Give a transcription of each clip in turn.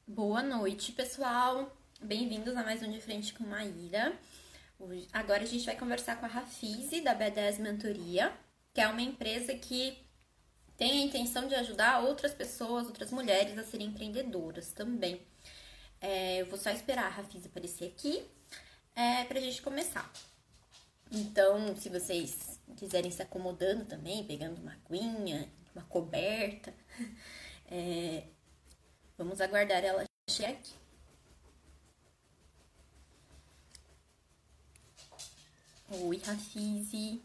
Boa noite, pessoal. Bem-vindos a mais um De Frente com Maíra. Agora a gente vai conversar com a Rafise, da B10 Mentoria, que é uma empresa que tem a intenção de ajudar outras pessoas, outras mulheres a serem empreendedoras também. Eu vou só esperar a Rafise aparecer aqui pra gente começar. Então, se vocês quiserem se acomodando também, pegando uma aguinha, uma coberta, vamos aguardar ela chegar aqui. Oi, Rafise.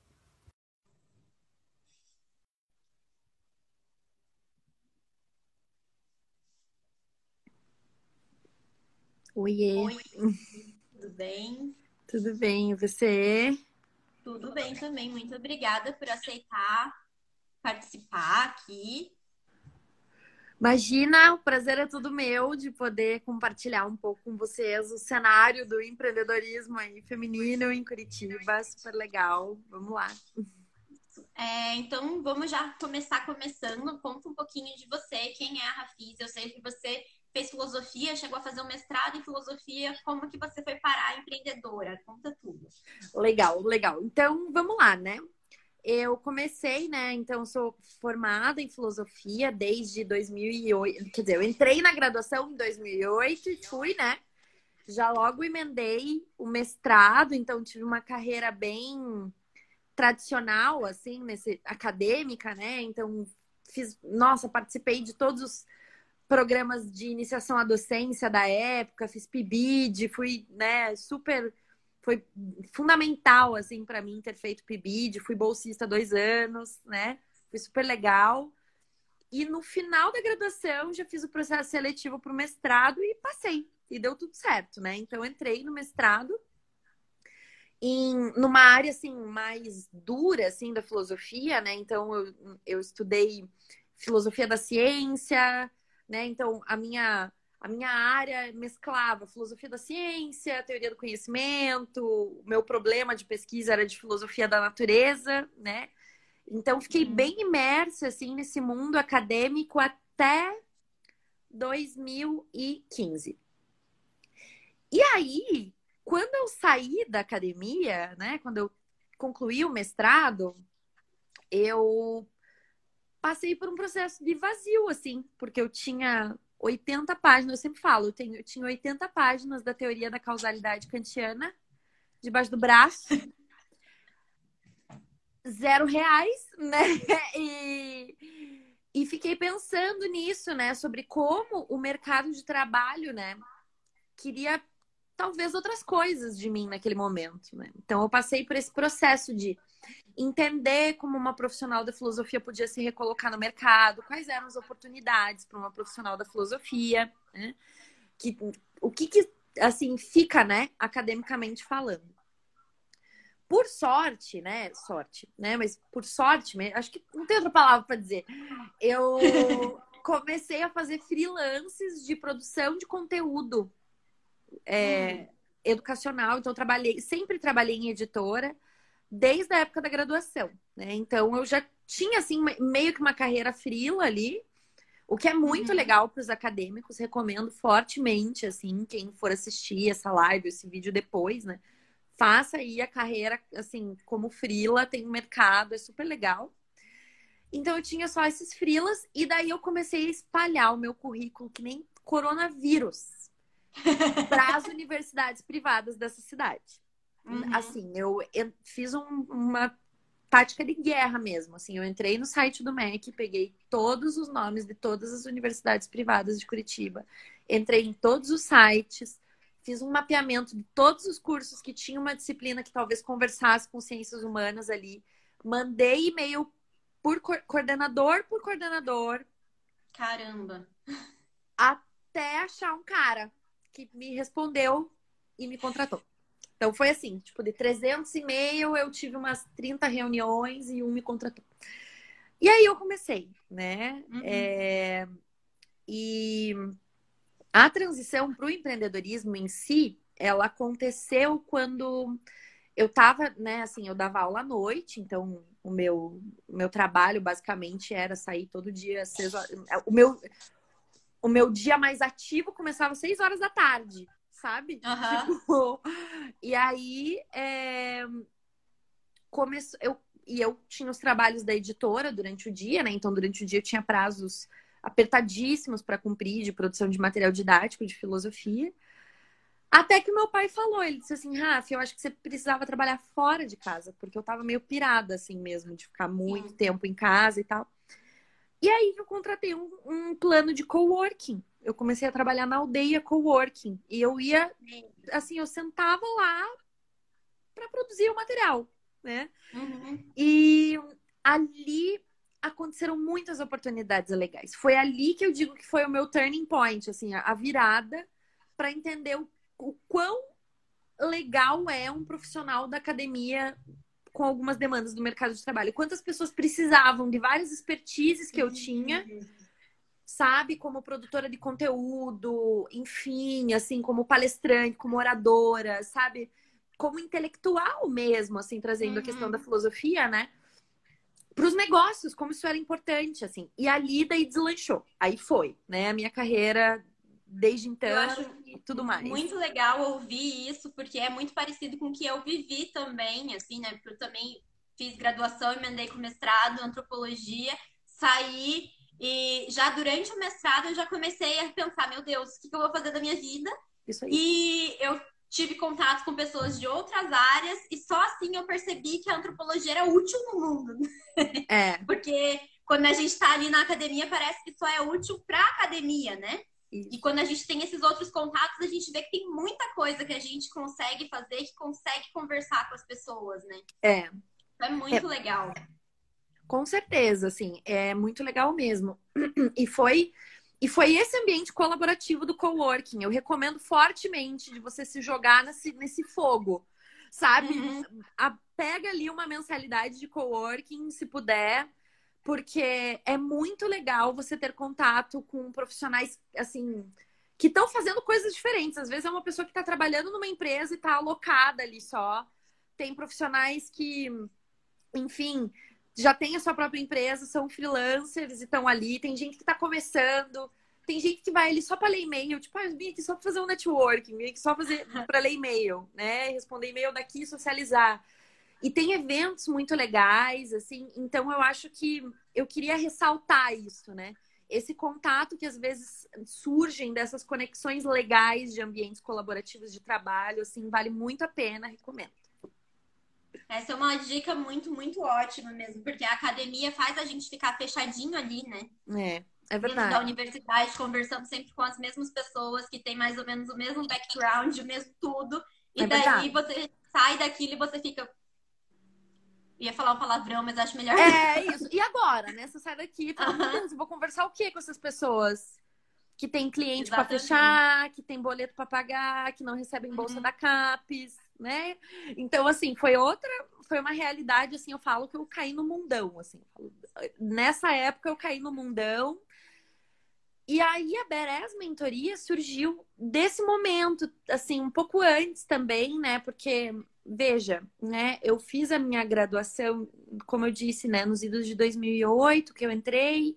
Oiê, Oi, tudo bem? tudo bem? E você? Tudo bem também. Muito obrigada por aceitar participar aqui. Imagina, o prazer é todo meu de poder compartilhar um pouco com vocês o cenário do empreendedorismo aí feminino em Curitiba, super legal. Vamos lá. Então, vamos já começar começando. Conta um pouquinho de você, quem é a Rafise. Eu sei que você fez filosofia, chegou a fazer um mestrado em filosofia. Como que você foi parar empreendedora? Conta tudo. Legal, legal. Então, vamos lá, né? Eu comecei, né? Então, sou formada em filosofia desde 2008. Quer dizer, eu entrei na graduação em 2008 e fui, né? Já logo emendei o mestrado, então tive uma carreira bem tradicional, assim, nesse acadêmica, né? Então, participei de todos os programas de iniciação à docência da época, fiz PIBID, fui, né, super. Foi fundamental, assim, para mim ter feito PIBID, fui bolsista 2 anos, né? Foi super legal. E no final da graduação, já fiz o processo seletivo para o mestrado e passei. E deu tudo certo, né? Então, entrei no mestrado numa área assim mais dura assim da filosofia, né? Então eu estudei filosofia da ciência, né? Então a minha área mesclava filosofia da ciência, teoria do conhecimento. O meu problema de pesquisa era de filosofia da natureza, né? Então fiquei bem imersa assim nesse mundo acadêmico até 2015. E aí, quando eu saí da academia, né, quando eu concluí o mestrado, eu passei por um processo de vazio, assim, porque eu tinha 80 páginas, eu sempre falo, eu tinha 80 páginas da teoria da causalidade kantiana debaixo do braço, R$ 0, né? E fiquei pensando nisso, né, sobre como o mercado de trabalho, né, queria talvez outras coisas de mim naquele momento, né? Então eu passei por esse processo de entender como uma profissional da filosofia podia se recolocar no mercado, quais eram as oportunidades para uma profissional da filosofia, né? O que assim fica, né, academicamente falando. Por sorte, né? Sorte, né? Mas por sorte, acho que não tem outra palavra para dizer. Eu comecei a fazer freelances de produção de conteúdo educacional, então sempre trabalhei em editora desde a época da graduação, né? Então eu já tinha assim meio que uma carreira freela ali, o que é muito legal para os acadêmicos, recomendo fortemente assim, quem for assistir essa live, esse vídeo depois, né? Faça aí a carreira assim como freela, tem um mercado, é super legal. Então eu tinha só esses freelas e daí eu comecei a espalhar o meu currículo que nem coronavírus para as universidades privadas dessa cidade. Assim, eu fiz uma tática de guerra mesmo. Assim, eu entrei no site do MEC, peguei todos os nomes de todas as universidades privadas de Curitiba, entrei em todos os sites, fiz um mapeamento de todos os cursos que tinham uma disciplina que talvez conversasse com ciências humanas ali, mandei e-mail por coordenador, Caramba. até achar um cara que me respondeu e me contratou. Então foi assim, tipo, de 300 e-mail, eu tive umas 30 reuniões e um me contratou. E aí eu comecei, né? E a transição para o empreendedorismo em si, ela aconteceu quando eu tava, né, assim, eu dava aula à noite, então o meu trabalho basicamente era sair todo dia às 6 horas. o meu dia mais ativo começava às 6 horas da tarde, sabe? Aham. Tipo, e aí eu tinha os trabalhos da editora durante o dia, né? Então, durante o dia eu tinha prazos apertadíssimos para cumprir de produção de material didático, de filosofia. Até que meu pai falou, ele disse assim, Rafa, eu acho que você precisava trabalhar fora de casa, porque eu tava meio pirada, assim mesmo, de ficar muito Sim. tempo em casa e tal. E aí eu contratei um plano de coworking. Eu comecei a trabalhar na Aldeia Coworking. E eu ia, assim, eu sentava lá para produzir o material, né? Uhum. E ali aconteceram muitas oportunidades legais. Foi ali que eu digo que foi o meu turning point, assim, a virada para entender o quão legal é um profissional da academia com algumas demandas do mercado de trabalho. Quantas pessoas precisavam de várias expertises que eu tinha, sabe? Como produtora de conteúdo, enfim, assim, como palestrante, como oradora, sabe? Como intelectual mesmo, assim, trazendo a questão da Uhum. filosofia, né? Para os negócios, como isso era importante, assim. E ali daí deslanchou. Aí foi, né? A minha carreira desde Eu então acho e tudo mais. muito legal ouvir isso, porque é muito parecido com o que eu vivi também, assim, né? Porque eu também fiz graduação, emendei com mestrado, antropologia, saí e já durante o mestrado eu já comecei a pensar, meu Deus, o que eu vou fazer da minha vida? Isso aí. E eu tive contato com pessoas de outras áreas e só assim eu percebi que a antropologia era útil no mundo. É, Porque quando a gente está ali na academia, parece que só é útil para a academia, né? E isso. quando a gente tem esses outros contatos, a gente vê que tem muita coisa que a gente consegue fazer, que consegue conversar com as pessoas, né? É, Então é é, muito legal. com certeza, assim, é muito legal mesmo. E foi, e foi esse ambiente colaborativo do coworking. Eu recomendo fortemente de você se jogar nesse fogo, sabe? Uhum. Pega ali uma mensalidade de coworking, se puder, porque é muito legal você ter contato com profissionais, assim, que estão fazendo coisas diferentes. Às vezes é uma pessoa que está trabalhando numa empresa e está alocada ali só. Tem profissionais que, enfim, já têm a sua própria empresa, são freelancers e estão ali. Tem gente que está começando. Tem gente que vai ali só para ler e-mail, tipo, eu vim aqui só para fazer um networking, vim aqui só para ler e-mail, né? Responder e-mail daqui, socializar. E tem eventos muito legais, assim, então eu acho que eu queria ressaltar isso, né? Esse contato que às vezes surgem dessas conexões legais de ambientes colaborativos de trabalho, assim, vale muito a pena, recomendo. Essa é uma dica muito, muito ótima mesmo, porque a academia faz a gente ficar fechadinho ali, né? É Dentro da verdade. universidade, conversando sempre com as mesmas pessoas que têm mais ou menos o mesmo background, o mesmo tudo. É E daí verdade. você sai daquilo e você fica. Ia falar um palavrão, mas acho melhor É não. isso. E agora, né? Você sai daqui e fala, meu Aham, Deus, eu vou conversar o quê com essas pessoas? Que tem cliente para exatamente. fechar, que tem boleto para pagar, que não recebem bolsa da Uhum. CAPES, né? Então, assim, foi uma realidade, assim, eu falo que eu caí no mundão, assim. Nessa época eu caí no mundão. E aí a Badass Mentoria surgiu desse momento, assim, um pouco antes também, né? Porque, veja, né? Eu fiz a minha graduação, como eu disse, né? Nos idos de 2008 que eu entrei.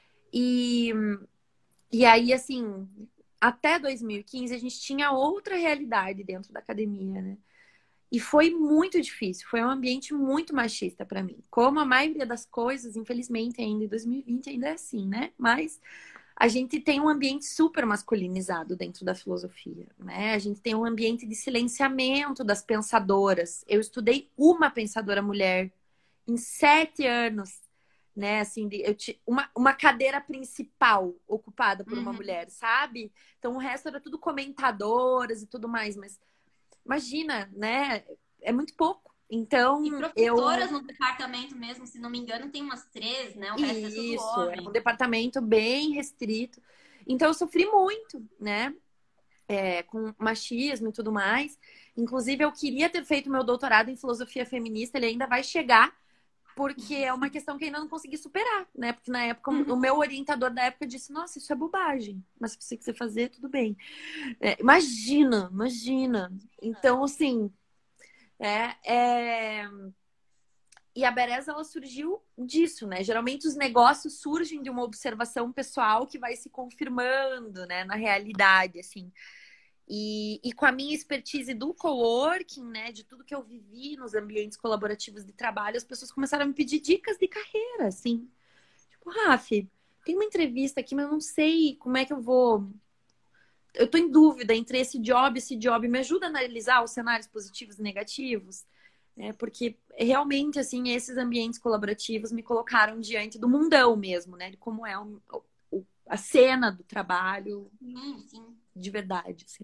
E e aí, assim, até 2015 a gente tinha outra realidade dentro da academia, né? E foi muito difícil, foi um ambiente muito machista para mim. Como a maioria das coisas, infelizmente, ainda em 2020 ainda é assim, né? Mas a gente tem um ambiente super masculinizado dentro da filosofia, né? A gente tem um ambiente de silenciamento das pensadoras. Eu estudei uma pensadora mulher em 7 anos, né? Assim, uma cadeira principal ocupada por uma Uhum. mulher, sabe? Então o resto era tudo comentadoras e tudo mais, mas imagina, né? É muito pouco. E Então professoras no departamento mesmo, se não me engano, tem umas três, né? O resto é tudo isso, é um homem. departamento bem restrito. Então eu sofri muito, né? Com machismo e tudo mais. Inclusive, eu queria ter feito meu doutorado em filosofia feminista, ele ainda vai chegar, porque é uma questão que ainda não consegui superar, né? Porque na época, o Uhum. meu orientador da época disse: Nossa, isso é bobagem, mas se você quiser fazer, tudo bem. Imagina, imagina. Então, assim, é, é, E a Berez, ela surgiu disso, né? Geralmente os negócios surgem de uma observação pessoal que vai se confirmando, né, na realidade, assim. E com a minha expertise do coworking, né, de tudo que eu vivi nos ambientes colaborativos de trabalho, as pessoas começaram a me pedir dicas de carreira, assim. Tipo, Raf, tem uma entrevista aqui, mas eu não sei como é que eu vou. Eu tô em dúvida entre esse job. Me ajuda a analisar os cenários positivos e negativos, né? Porque realmente, assim, esses ambientes colaborativos me colocaram diante do mundão mesmo, né? De como é a cena do trabalho Sim. de verdade, assim.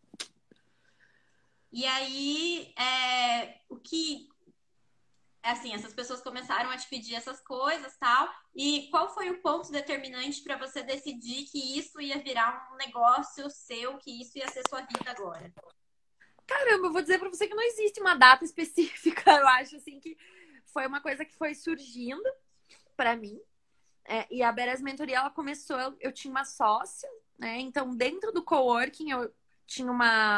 E aí, o que, assim, essas pessoas começaram a te pedir essas coisas, tal. E qual foi o ponto determinante para você decidir que isso ia virar um negócio seu, que isso ia ser sua vida agora? Caramba, eu vou dizer pra você que não existe uma data específica. Eu acho, assim, que foi uma coisa que foi surgindo pra mim. E a Beres Mentoria, ela começou... Eu tinha uma sócia, né? Então, dentro do coworking, eu tinha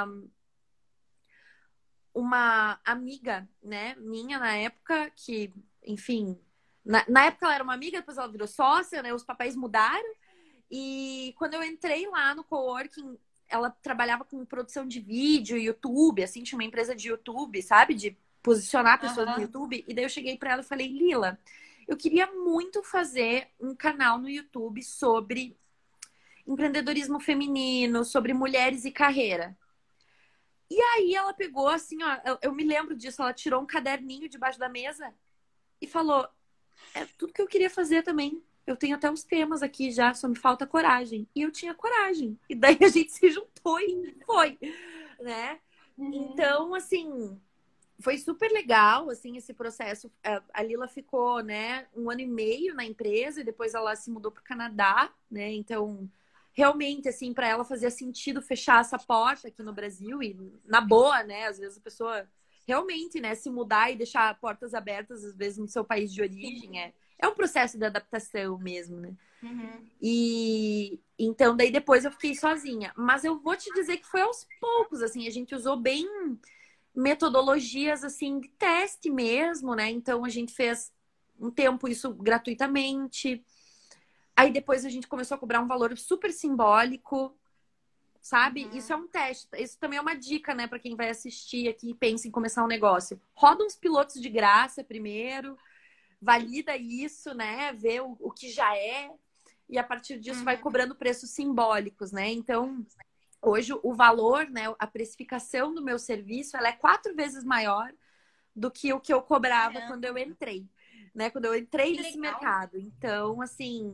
uma amiga, né, minha na época, que, enfim, na época ela era uma amiga, depois ela virou sócia, né, os papéis mudaram. E quando eu entrei lá no coworking, ela trabalhava com produção de vídeo, YouTube, assim, tinha uma empresa de YouTube, sabe, de posicionar pessoas no Aham. YouTube. E daí eu cheguei para ela e falei, Lila, eu queria muito fazer um canal no YouTube sobre empreendedorismo feminino, sobre mulheres e carreira. E aí ela pegou assim, ó, eu me lembro disso, ela tirou um caderninho debaixo da mesa e falou: é tudo que eu queria fazer também. Eu tenho até os temas aqui já, só me falta coragem. E eu tinha coragem. E daí a gente se juntou e foi, né? Uhum. Então, assim, foi super legal, assim, esse processo. A Lila ficou, né, 1 ano e meio na empresa e depois ela se mudou para o Canadá, né? Então, realmente, assim, para ela fazia sentido fechar essa porta aqui no Brasil e na boa, né? Às vezes a pessoa realmente, né, se mudar e deixar portas abertas, às vezes, no seu país de origem, é um processo de adaptação mesmo, né? Uhum. E então, daí depois eu fiquei sozinha. Mas eu vou te dizer que foi aos poucos, assim, a gente usou bem metodologias assim de teste mesmo, né? Então a gente fez um tempo isso gratuitamente. Aí depois a gente começou a cobrar um valor super simbólico, sabe? Isso é Uhum. um teste. Isso também é uma dica, né, para quem vai assistir aqui e pensa em começar um negócio. Roda uns pilotos de graça primeiro, valida isso, né? Vê o que já é. E a partir disso vai Uhum. cobrando preços simbólicos, né? Então, hoje o valor, né, a precificação do meu serviço, ela é 4 vezes maior do que o que eu cobrava quando Caramba, eu entrei, né? Quando eu entrei que nesse legal. mercado. Então, assim,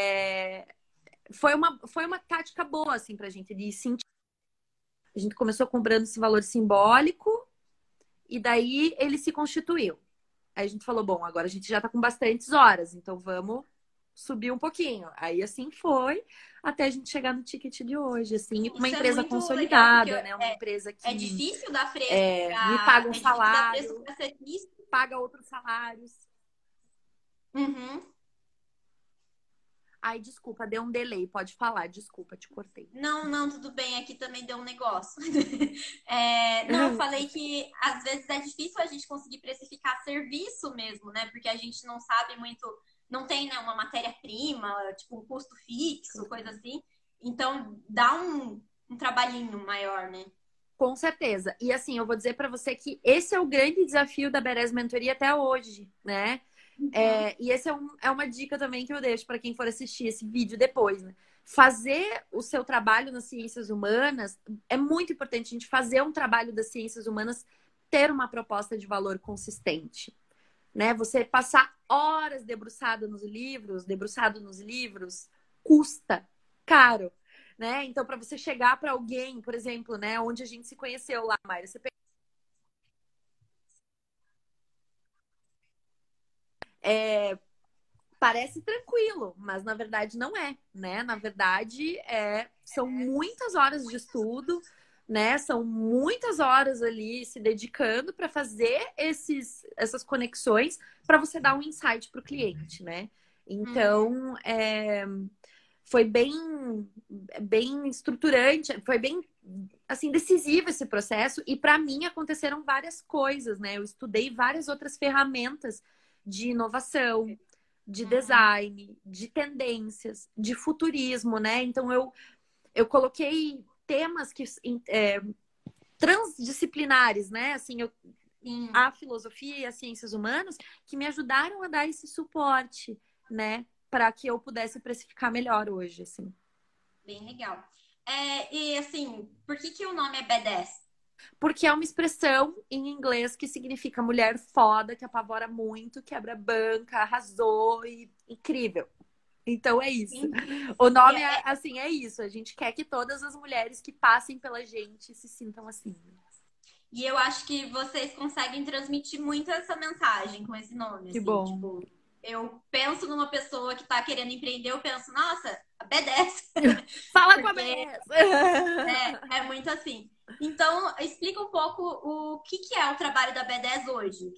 foi uma tática boa, assim, pra gente de sentir. A gente começou cobrando esse valor simbólico e daí ele se constituiu. Aí a gente falou, bom, agora a gente já tá com bastantes horas, então vamos subir um pouquinho. Aí assim foi, até a gente chegar no ticket de hoje, assim, e com uma Isso é empresa muito legal, porque consolidada, né? Uma empresa é que difícil dar preço me paga um é difícil dar preço salário, para serviço. paga outros salários. Uhum. Ai, desculpa, deu um delay, pode falar, desculpa, te cortei. Não, não, tudo bem, aqui também deu um negócio. Não, eu falei que às vezes é difícil a gente conseguir precificar serviço mesmo, né? Porque a gente não sabe muito, não tem, né, uma matéria-prima, tipo um custo fixo, coisa assim. Então dá um trabalhinho maior, né? Com certeza. E assim, eu vou dizer para você que esse é o grande desafio da Beres Mentoria até hoje, né? Uhum. E esse é uma dica também que eu deixo para quem for assistir esse vídeo depois, né? Fazer o seu trabalho nas ciências humanas é muito importante. A gente fazer um trabalho das ciências humanas ter uma proposta de valor consistente, né? Você passar horas debruçado nos livros, custa caro, né? Então, para você chegar para alguém, por exemplo, né, onde a gente se conheceu lá, Mayra, parece tranquilo, mas na verdade não é, né? Na verdade, são muitas horas de estudo, né? São muitas horas ali se dedicando para fazer essas conexões para você dar um insight para o cliente, né? Uhum. Então, foi bem estruturante, foi bem assim decisivo esse processo e para mim aconteceram várias coisas, né? Eu estudei várias outras ferramentas de inovação, de design, de tendências, de futurismo, né? Então, eu coloquei temas que transdisciplinares, né? Assim, a filosofia e as ciências humanas que me ajudaram a dar esse suporte, né? Para que eu pudesse precificar melhor hoje, assim. Bem legal. E assim, por que o nome é B10? Porque é uma expressão em inglês que significa mulher foda, que apavora muito, quebra banca, arrasou e incrível. Então é isso. Sim. O nome é assim, é isso. A gente quer que todas as mulheres que passem pela gente se sintam assim. E eu acho que vocês conseguem transmitir muito essa mensagem com esse nome, Que assim, bom. tipo, eu penso numa pessoa que tá querendo empreender, eu penso, nossa, a B10. Fala com a Porque Bess! é muito assim. Então, explica um pouco o que é o trabalho da B10 hoje.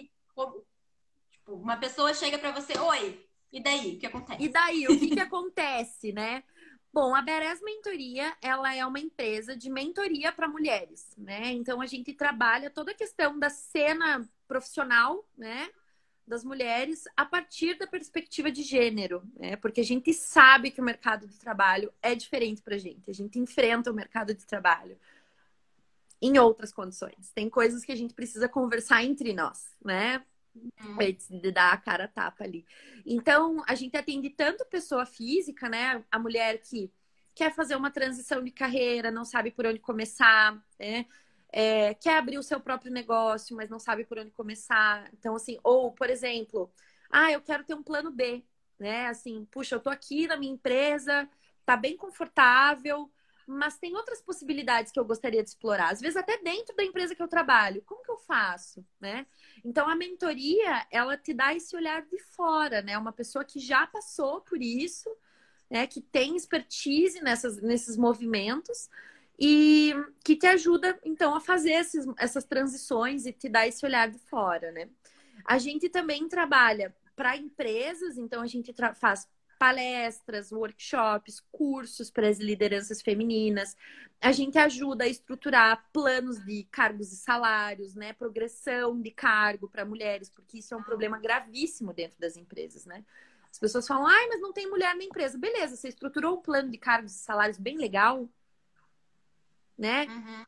Tipo, uma pessoa chega pra você, oi, e daí? O que acontece? E daí, o que acontece, né? Bom, a Beres Mentoria, ela é uma empresa de mentoria para mulheres, né? Então, a gente trabalha toda a questão da cena profissional, né? Das mulheres a partir da perspectiva de gênero, né? Porque a gente sabe que o mercado de trabalho é diferente pra gente. A gente enfrenta o mercado de trabalho em outras condições. Tem coisas que a gente precisa conversar entre nós, né? Antes de dar a cara a tapa ali. Então, a gente atende tanto pessoa física, né? A mulher que quer fazer uma transição de carreira, não sabe por onde começar, né? Quer abrir o seu próprio negócio, mas não sabe por onde começar. Então, assim, ou, por exemplo, eu quero ter um plano B, né? Assim, puxa, eu tô aqui na minha empresa, tá bem confortável, mas tem outras possibilidades que eu gostaria de explorar. Às vezes até dentro da empresa que eu trabalho. Como que eu faço, né? Então, a mentoria, ela te dá esse olhar de fora, né? Uma pessoa que já passou por isso, né? Que tem expertise nesses movimentos e que te ajuda, então, a fazer essas transições e te dá esse olhar de fora, né? A gente também trabalha para empresas, então a gente faz palestras, workshops, cursos para as lideranças femininas. A gente ajuda a estruturar planos de cargos e salários, né? Progressão de cargo para mulheres, porque isso é um problema gravíssimo dentro das empresas, né? As pessoas falam, mas não tem mulher na empresa. Beleza, você estruturou um plano de cargos e salários bem legal, né?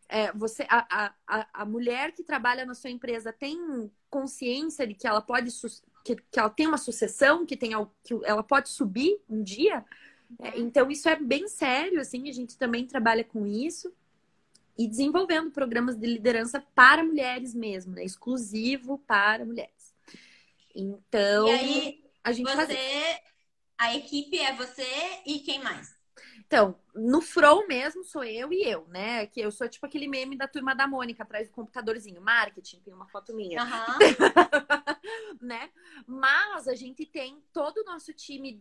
A mulher que trabalha na sua empresa tem consciência de que ela pode que ela tem uma sucessão, que ela pode subir um dia. Então, isso é bem sério, assim, a gente também trabalha com isso e desenvolvendo programas de liderança para mulheres mesmo, né? Exclusivo para mulheres. Então, e aí, a gente a equipe é você e quem mais? Então, no Flow mesmo sou eu e eu, né? Que eu sou tipo aquele meme da Turma da Mônica atrás do computadorzinho. Marketing, tem uma foto minha. Né? Mas a gente tem todo o nosso time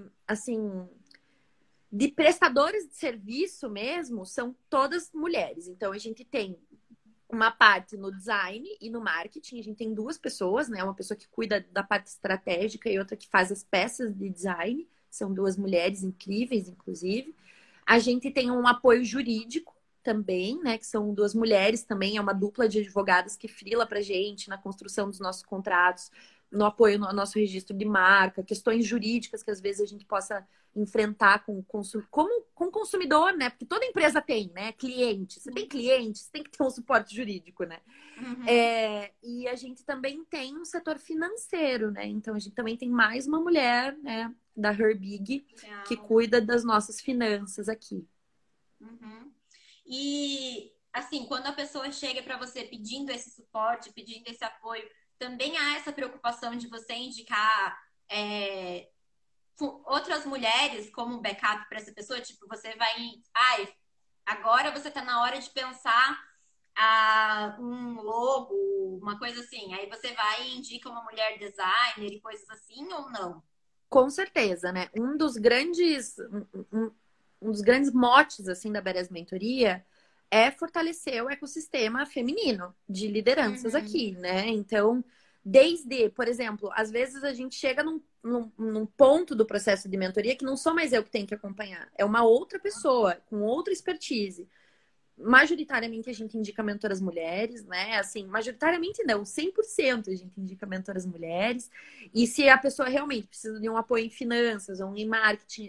de prestadores de serviço mesmo, são todas mulheres. Então, a gente tem uma parte no design e no marketing. A gente tem duas pessoas, né? Uma pessoa que cuida da parte estratégica e outra que faz as peças de design. São duas mulheres incríveis, inclusive. A gente tem um apoio jurídico também, né? Que são duas mulheres também. É uma dupla de advogadas que frila pra gente na construção dos nossos contratos, no apoio no nosso registro de marca, questões jurídicas que às vezes a gente possa enfrentar com consumidor, né? Porque toda empresa tem, né? Cliente. Você tem cliente, você tem que ter um suporte jurídico, né? E a gente também tem um setor financeiro, né? Então a gente também tem mais uma mulher, né? Da Herbig, que cuida das nossas finanças aqui. E, assim, quando a pessoa chega para você pedindo esse suporte, pedindo esse apoio, também há essa preocupação de você indicar outras mulheres como backup para essa pessoa? Tipo, você vai... agora você está na hora de pensar um logo, uma coisa assim. Aí você vai e indica uma mulher designer e coisas assim, ou não? Com certeza, né? Um dos grandes motes assim da Beres Mentoria é fortalecer o ecossistema feminino de lideranças aqui, né? Então, desde, por exemplo, às vezes a gente chega num ponto do processo de mentoria que não sou mais eu que tenho que acompanhar, é uma outra pessoa com outra expertise. majoritariamente a gente indica mentoras mulheres, né? Assim, majoritariamente não, 100% a gente indica mentoras mulheres. E se a pessoa realmente precisa de um apoio em finanças ou em marketing,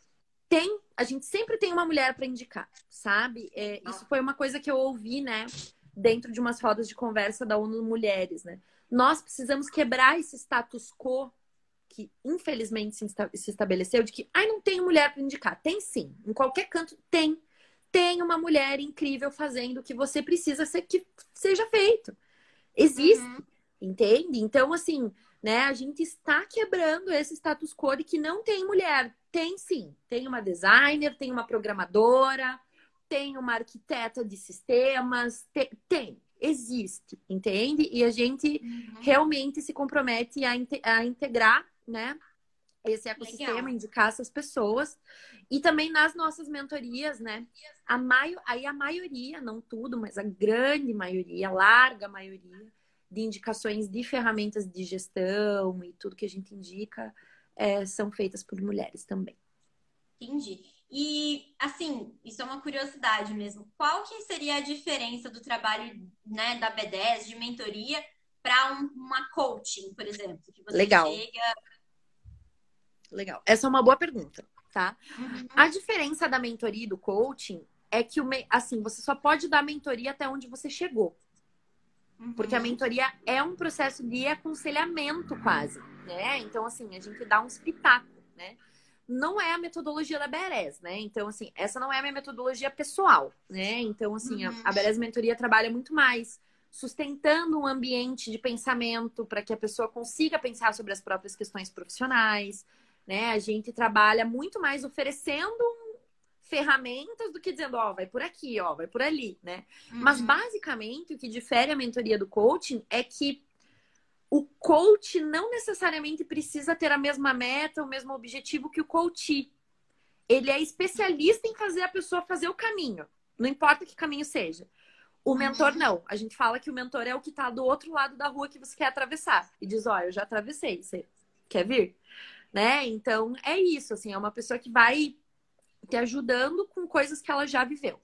a gente sempre tem uma mulher para indicar, sabe? Isso foi uma coisa que eu ouvi, né? Dentro de umas rodas de conversa da ONU Mulheres, né? Nós precisamos quebrar esse status quo que infelizmente se estabeleceu de que, não tem mulher para indicar. Tem sim, em qualquer canto tem. Tem uma mulher incrível fazendo o que você precisa que seja feito. Existe, entende? Então, assim, né, a gente está quebrando esse status quo de que não tem mulher. Tem sim. Tem uma designer, tem uma programadora, tem uma arquiteta de sistemas, tem. Existe, entende? E a gente realmente se compromete a integrar, né, esse ecossistema, Legal. indicar essas pessoas. E também nas nossas mentorias, né? A maioria, não tudo, mas a grande maioria, a larga maioria de indicações de ferramentas de gestão e tudo que a gente indica são feitas por mulheres também. Entendi. E, assim, isso é uma curiosidade mesmo. Qual que seria a diferença do trabalho, né, da B10, de mentoria, para uma coaching, por exemplo? Que você Legal. chega... Legal. Essa é uma boa pergunta, tá? Uhum. A diferença da mentoria e do coaching é que, assim, você só pode dar mentoria até onde você chegou. Porque a mentoria é um processo de aconselhamento quase, né? Então, assim, a gente dá uns pitacos, né? Não é a metodologia da Berez, né? Então, assim, essa não é a minha metodologia pessoal, né? Então, assim, a Berez Mentoria trabalha muito mais sustentando um ambiente de pensamento para que a pessoa consiga pensar sobre as próprias questões profissionais, né? A gente trabalha muito mais oferecendo ferramentas do que dizendo, vai por aqui, vai por ali, né? Mas basicamente o que difere a mentoria do coaching é que o coach não necessariamente precisa ter a mesma meta, o mesmo objetivo que o coach. Ele é especialista em fazer a pessoa fazer o caminho, não importa que caminho seja. O mentor não. A gente fala que o mentor é o que está do outro lado da rua que você quer atravessar e diz, eu já atravessei, você quer vir? Né? Então é isso, assim, é uma pessoa que vai te ajudando com coisas que ela já viveu.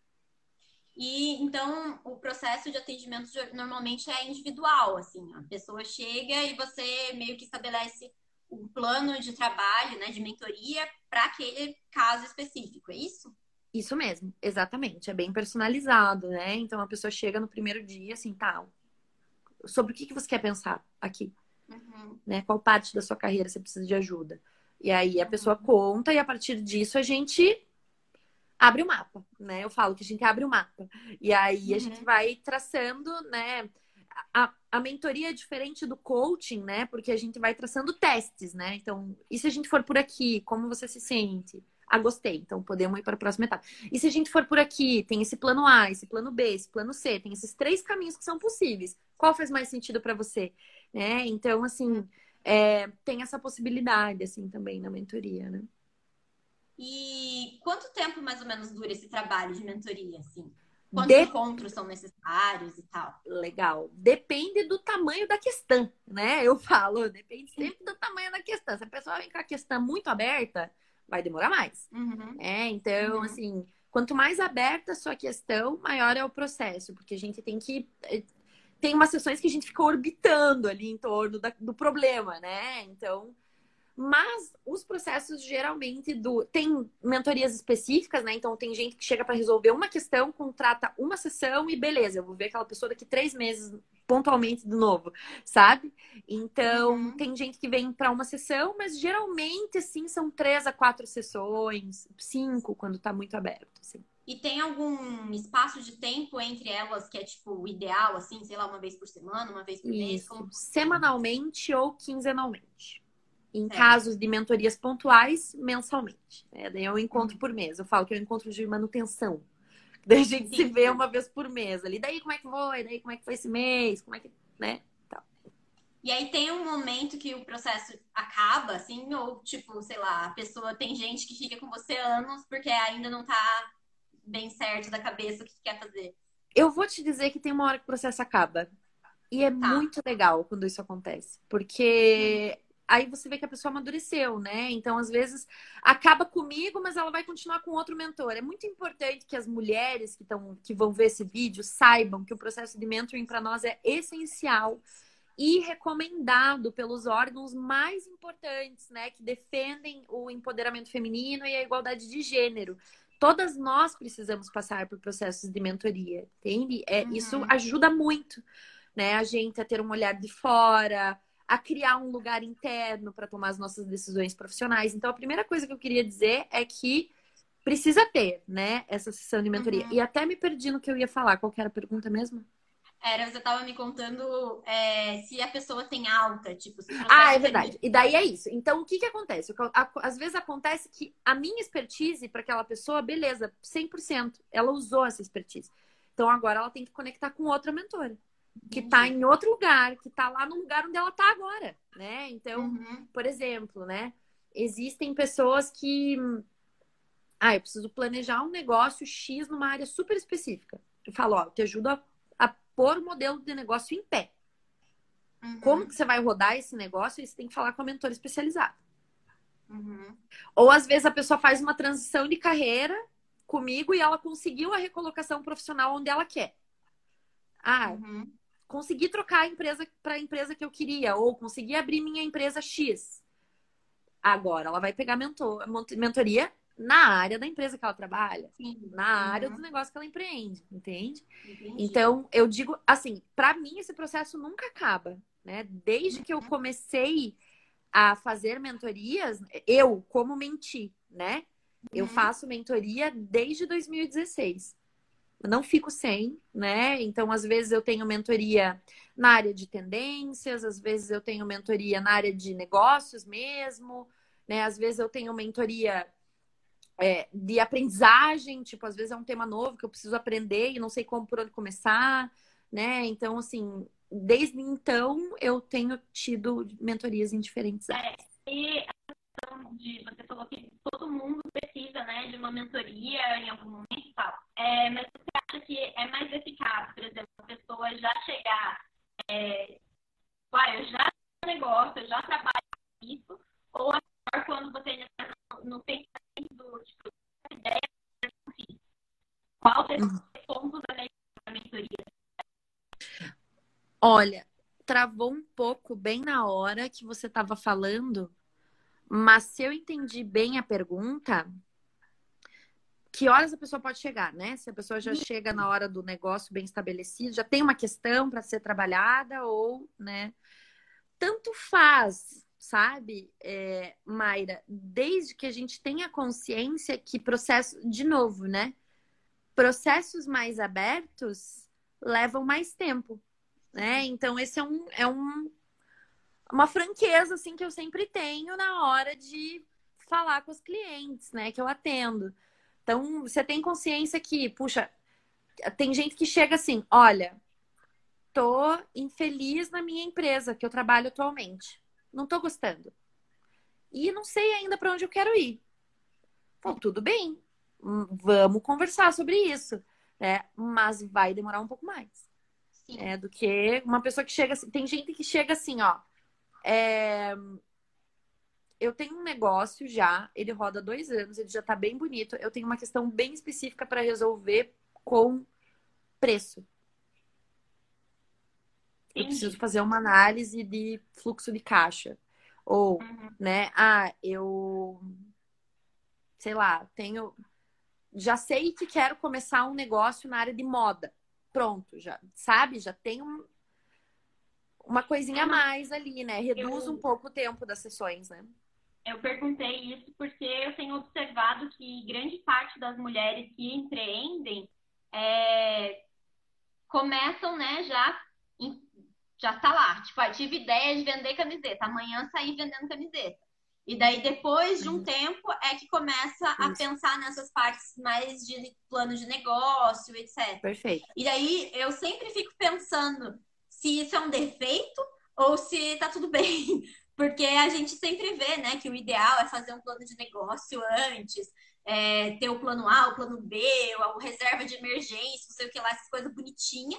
E então o processo de atendimento normalmente é individual, assim, a pessoa chega e você meio que estabelece um plano de trabalho, né, de mentoria para aquele caso específico, é isso? Isso mesmo, exatamente. É bem personalizado, né? Então a pessoa chega no primeiro dia, assim, sobre o que você quer pensar aqui? Né? Qual parte da sua carreira você precisa de ajuda? E aí a pessoa conta e a partir disso a gente abre o mapa, né? Eu falo que a gente abre o mapa. E aí a gente vai traçando, né? A mentoria é diferente do coaching, né? Porque a gente vai traçando testes, né? Então, e se a gente for por aqui, como você se sente? Gostei, então podemos ir para a próxima etapa. E se a gente for por aqui, tem esse plano A, esse plano B, esse plano C, tem esses 3 caminhos que são possíveis. Qual faz mais sentido para você? Né? Então, assim, tem essa possibilidade, assim, também na mentoria, né? E quanto tempo mais ou menos dura esse trabalho de mentoria, assim? Quantos encontros são necessários e tal? Legal. Depende do tamanho da questão, né? Eu falo, depende sempre do tamanho da questão. Se a pessoa vem com a questão muito aberta, vai demorar mais. Então, assim, quanto mais aberta a sua questão, maior é o processo, porque a gente tem que. Tem umas sessões que a gente fica orbitando ali em torno do problema, né? Então. Mas os processos geralmente tem mentorias específicas, né? Então tem gente que chega para resolver uma questão, contrata uma sessão e beleza, eu vou ver aquela pessoa daqui 3 meses pontualmente de novo, sabe? Então tem gente que vem para uma sessão, mas geralmente assim são 3 a 4 sessões, 5 quando tá muito aberto, assim. E tem algum espaço de tempo entre elas que é tipo o ideal, assim, sei lá, uma vez por semana, uma vez por mês? Como... Semanalmente ou quinzenalmente. Em casos de mentorias pontuais, mensalmente. Daí é um encontro por mês. Eu falo que é um encontro de manutenção. Daí a gente se vê uma vez por mês ali. Daí como é que foi? Daí como é que foi esse mês? Como é que, né? Tal. E aí tem um momento que o processo acaba, assim, ou tipo, sei lá, a pessoa tem gente que fica com você anos porque ainda não tá bem certo da cabeça o que quer fazer. Eu vou te dizer que tem uma hora que o processo acaba. E é muito legal quando isso acontece. Porque aí você vê que a pessoa amadureceu, né? Então, às vezes, acaba comigo, mas ela vai continuar com outro mentor. É muito importante que as mulheres que vão ver esse vídeo saibam que o processo de mentoring para nós é essencial e recomendado pelos órgãos mais importantes, né? Que defendem o empoderamento feminino e a igualdade de gênero. Todas nós precisamos passar por processos de mentoria, entende? Isso ajuda muito, né? A gente a ter um olhar de fora, a criar um lugar interno para tomar as nossas decisões profissionais. Então, a primeira coisa que eu queria dizer é que precisa ter, né, essa sessão de mentoria. E até me perdi no que eu ia falar. Qual que era a pergunta mesmo? Você estava me contando se a pessoa tem alta, tipo, se o Ah, processo é é muito... verdade. E daí é isso. Então, o que que acontece? Às vezes acontece que a minha expertise para aquela pessoa, beleza, 100%, ela usou essa expertise. Então, agora ela tem que conectar com outra mentora, que tá em outro lugar, que tá lá no lugar onde ela tá agora, né? Então, por exemplo, né? Existem pessoas que... eu preciso planejar um negócio X numa área super específica. Eu falo, ó, eu te ajudo a pôr o modelo de negócio em pé. Como que você vai rodar esse negócio? E você tem que falar com a mentora especializada. Ou às vezes a pessoa faz uma transição de carreira comigo e ela conseguiu a recolocação profissional onde ela quer. Consegui trocar a empresa para a empresa que eu queria, ou consegui abrir minha empresa X. Agora ela vai pegar mentoria na área da empresa que ela trabalha, na área do negócio que ela empreende, entende? Então, eu digo assim, para mim esse processo nunca acaba, né? Desde que eu comecei a fazer mentorias, eu como menti, né? Eu faço mentoria desde 2016. Eu não fico sem, né? Então, às vezes eu tenho mentoria na área de tendências, às vezes eu tenho mentoria na área de negócios mesmo, né? Às vezes eu tenho mentoria de aprendizagem, tipo, às vezes é um tema novo que eu preciso aprender e não sei como por onde começar, né? Então, assim, desde então eu tenho tido mentorias em diferentes áreas. E você falou que todo mundo precisa, né, de uma mentoria em algum momento e tal. Mas você acha que é mais eficaz, por exemplo, a pessoa já chegar, eu já tenho um negócio, eu já trabalho com isso, ou é melhor quando você ainda está no pensamento do, tipo, ideia, qual desses pontos da mentoria? Olha, travou um pouco bem na hora que você estava falando, mas se eu entendi bem a pergunta, que horas a pessoa pode chegar, né? Se a pessoa já chega na hora do negócio bem estabelecido, já tem uma questão para ser trabalhada ou, né? Tanto faz, sabe, Mayra, desde que a gente tenha consciência que processo, de novo, né? Processos mais abertos levam mais tempo, né? Então, esse uma franqueza, assim, que eu sempre tenho na hora de falar com os clientes, né? Que eu atendo. Então, você tem consciência que, puxa, tem gente que chega assim, olha, tô infeliz na minha empresa que eu trabalho atualmente. Não tô gostando. E não sei ainda para onde eu quero ir. Bom, tudo bem. Vamos conversar sobre isso, né? Mas vai demorar um pouco mais. Do que uma pessoa que chega assim. Tem gente que chega assim, ó. Eu tenho um negócio já, ele roda 2 anos, ele já tá bem bonito. Eu tenho uma questão bem específica para resolver com preço. Eu preciso fazer uma análise de fluxo de caixa. Ou, né, eu, sei lá, já sei que quero começar um negócio na área de moda. Pronto, já, sabe? Já tem uma coisinha a mais ali, né? Reduz um pouco o tempo das sessões, né? Eu perguntei isso porque eu tenho observado que grande parte das mulheres que empreendem começam, né, já tá lá. Tipo, tive ideia de vender camiseta, amanhã sair vendendo camiseta. E daí, depois de um tempo, é que começa a pensar nessas partes mais de plano de negócio, etc. Perfeito. E daí, eu sempre fico pensando se isso é um defeito ou se tá tudo bem. Porque a gente sempre vê, né, que o ideal é fazer um plano de negócio antes, ter o plano A, o plano B, a reserva de emergência, não sei o que lá, essas coisas bonitinhas.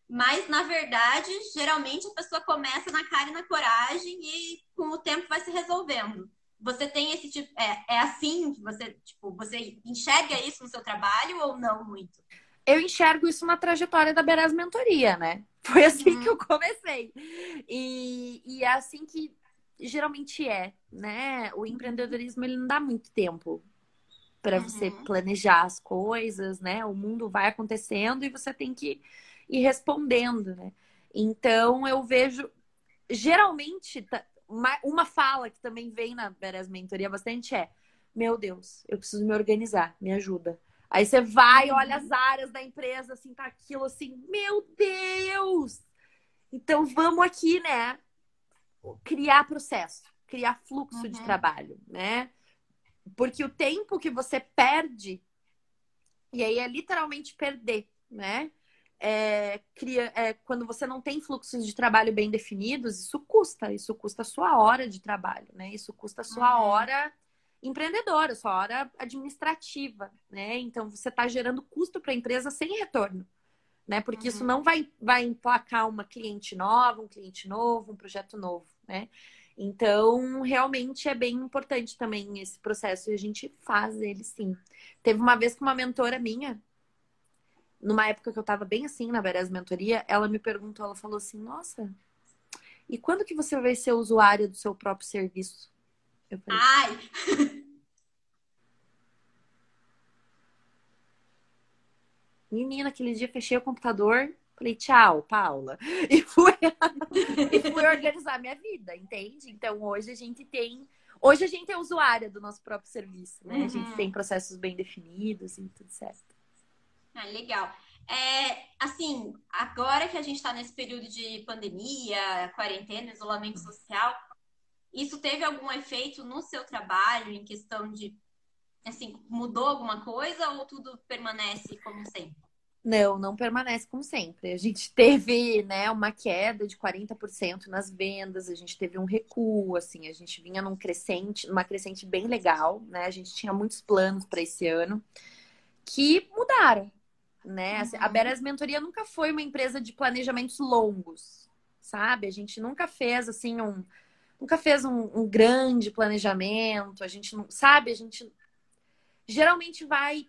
Mas, na verdade, geralmente a pessoa começa na cara e na coragem e com o tempo vai se resolvendo. Você tem esse tipo, é assim que você, tipo, você enxerga isso no seu trabalho ou não muito? Eu enxergo isso na trajetória da Beres Mentoria, né? Foi assim que eu Uhum, comecei. E é assim que geralmente é, né? O uhum, empreendedorismo, ele não dá muito tempo para você uhum, planejar as coisas, né? O mundo vai acontecendo e você tem que ir respondendo, né? Então, eu vejo, geralmente, uma fala que também vem na Beres Mentoria bastante é: meu Deus, eu preciso me organizar, me ajuda. Aí você vai, olha as uhum, áreas da empresa, assim, tá aquilo assim, meu Deus! Então vamos aqui, né? Criar processo, criar fluxo de uhum, trabalho, né? Porque o tempo que você perde, e aí é literalmente perder, né? Quando você não tem fluxos de trabalho bem definidos, isso custa a sua hora de trabalho, né? Isso custa a sua uhum, hora empreendedora, sua hora administrativa, né? Então você está gerando custo para a empresa sem retorno, né? Porque isso uhum. não vai emplacar uma cliente nova, um cliente novo, um projeto novo, né? Então, realmente é bem importante também esse processo e a gente faz ele sim. Teve uma vez que uma mentora minha, numa época que eu tava bem assim na Beres Mentoria, ela me perguntou, ela falou assim: Nossa, e quando que você vai ser usuária do seu próprio serviço? Eu falei: Ai, Menina, aquele dia fechei o computador, falei: Tchau, Paula. E fui organizar minha vida, entende? Então hoje a gente é usuária do nosso próprio serviço, né? A gente tem uhum. processos bem definidos e tudo certo. Ah, legal. Assim, agora que a gente está nesse período de pandemia, quarentena, isolamento social, isso teve algum efeito no seu trabalho em questão de, assim, mudou alguma coisa ou tudo permanece como sempre? Não, não permanece como sempre. A gente teve, né, uma queda de 40% nas vendas, a gente teve um recuo, assim, a gente vinha numa crescente bem legal, né? A gente tinha muitos planos para esse ano que mudaram, né? Assim, a Uhum, Beres Mentoria nunca foi uma empresa de planejamentos longos, sabe? A gente nunca fez um grande planejamento, a gente não, sabe? A gente geralmente vai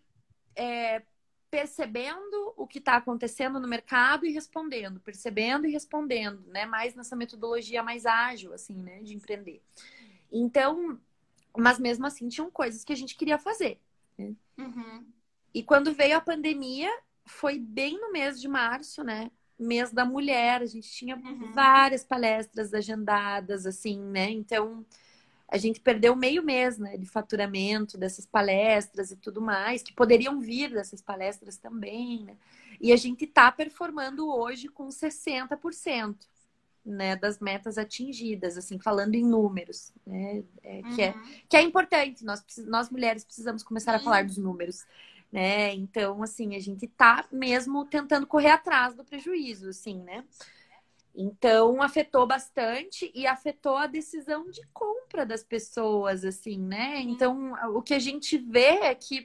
percebendo o que está acontecendo no mercado e respondendo, percebendo e respondendo, né? Mais nessa metodologia mais ágil, assim, né? De empreender. Então, mas mesmo assim, tinham coisas que a gente queria fazer, né? uhum, E quando veio a pandemia, foi bem no mês de março, né? Mês da mulher, a gente tinha uhum. várias palestras agendadas, assim, né? Então, a gente perdeu meio mês, né, de faturamento dessas palestras e tudo mais, que poderiam vir dessas palestras também, né? E a gente está performando hoje com 60%, né, das metas atingidas, assim, falando em números, né? Uhum. Que é importante, nós mulheres precisamos começar a falar Sim, dos números, né? Então, assim, a gente está mesmo tentando correr atrás do prejuízo, assim, né? Então, afetou bastante e afetou a decisão de compra das pessoas, assim, né? sim. Então, o que a gente vê é que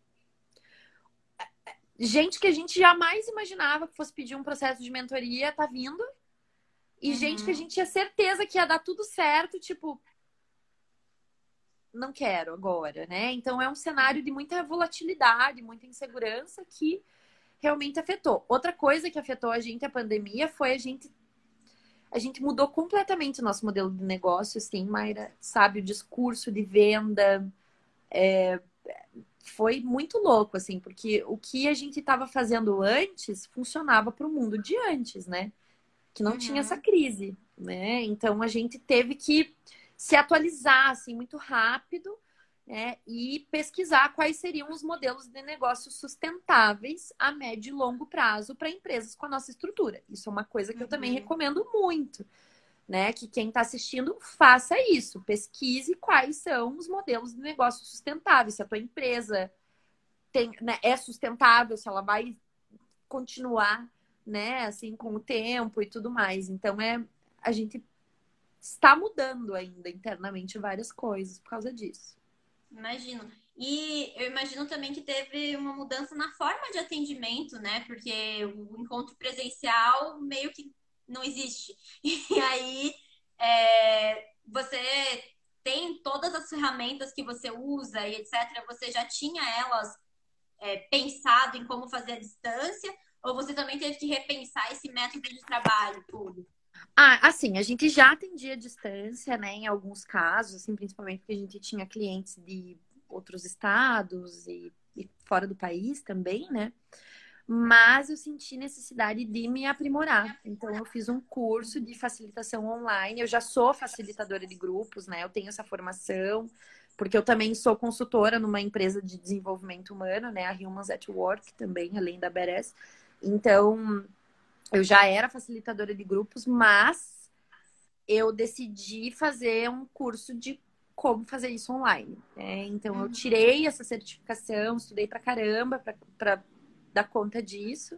gente que a gente jamais imaginava que fosse pedir um processo de mentoria tá vindo, e gente que a Uhum. gente tinha certeza que ia dar tudo certo, tipo, não quero agora, né? Então, é um cenário de muita volatilidade, muita insegurança que realmente afetou. Outra coisa que afetou a gente, a pandemia, foi a gente mudou completamente o nosso modelo de negócio, assim, Mayra, sabe? O discurso de venda foi muito louco, assim, porque o que a gente estava fazendo antes funcionava para o mundo de antes, né? Que não tinha essa Uhum. crise, né? Então a gente teve que se atualizar, assim, muito rápido, né? E pesquisar quais seriam os modelos de negócio sustentáveis a médio e longo prazo para empresas com a nossa estrutura. Isso é uma coisa que eu também Uhum. recomendo muito, né? Que quem está assistindo faça isso, pesquise quais são os modelos de negócio sustentáveis, se a tua empresa né, é sustentável, se ela vai continuar, né, assim, com o tempo e tudo mais. Então a gente está mudando ainda internamente várias coisas por causa disso. Imagino. E eu imagino também que teve uma mudança na forma de atendimento, né? Porque o encontro presencial meio que não existe. E aí, você tem todas as ferramentas que você usa e etc. Você já tinha elas pensado em como fazer a distância? Ou você também teve que repensar esse método de trabalho todo? Ah, assim, a gente já atendia à distância, né, em alguns casos, assim, principalmente porque a gente tinha clientes de outros estados e fora do país também, né? Mas eu senti necessidade de me aprimorar. Então, eu fiz um curso de facilitação online. Eu já sou facilitadora de grupos, né? Eu tenho essa formação, porque eu também sou consultora numa empresa de desenvolvimento humano, né? A Humans at Work também, além da BRS. Então, eu já era facilitadora de grupos, mas eu decidi fazer um curso de como fazer isso online, né? Então, eu Uhum. tirei essa certificação, estudei pra caramba para dar conta disso.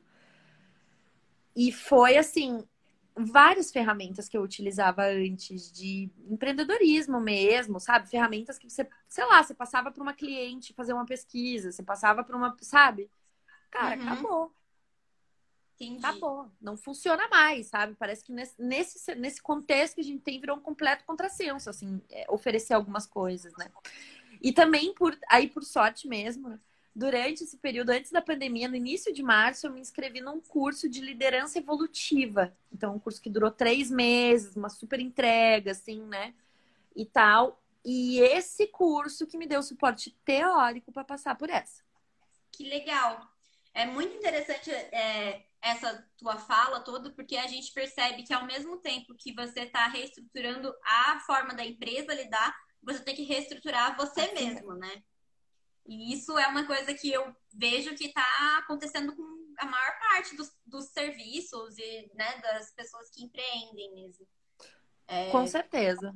E foi assim, várias ferramentas que eu utilizava antes de empreendedorismo mesmo, sabe? Ferramentas que você, sei lá, você passava para uma cliente fazer uma pesquisa, você passava para uma, sabe? Cara, Uhum. acabou. Entendi. Acabou. Não funciona mais, sabe? Parece que nesse contexto que a gente tem, virou um completo contrassenso, assim, oferecer algumas coisas, né? E também, por sorte mesmo, durante esse período, antes da pandemia, no início de março, eu me inscrevi num curso de liderança evolutiva. Então, um curso que durou 3 meses, uma super entrega, assim, né? E tal. E esse curso que me deu suporte teórico para passar por essa. Que legal. É muito interessante essa tua fala toda, porque a gente percebe que ao mesmo tempo que você está reestruturando a forma da empresa lidar, você tem que reestruturar você Assim mesmo, mesmo. né? E isso é uma coisa que eu vejo que está acontecendo com a maior parte dos serviços e, né, das pessoas que empreendem mesmo. Com certeza.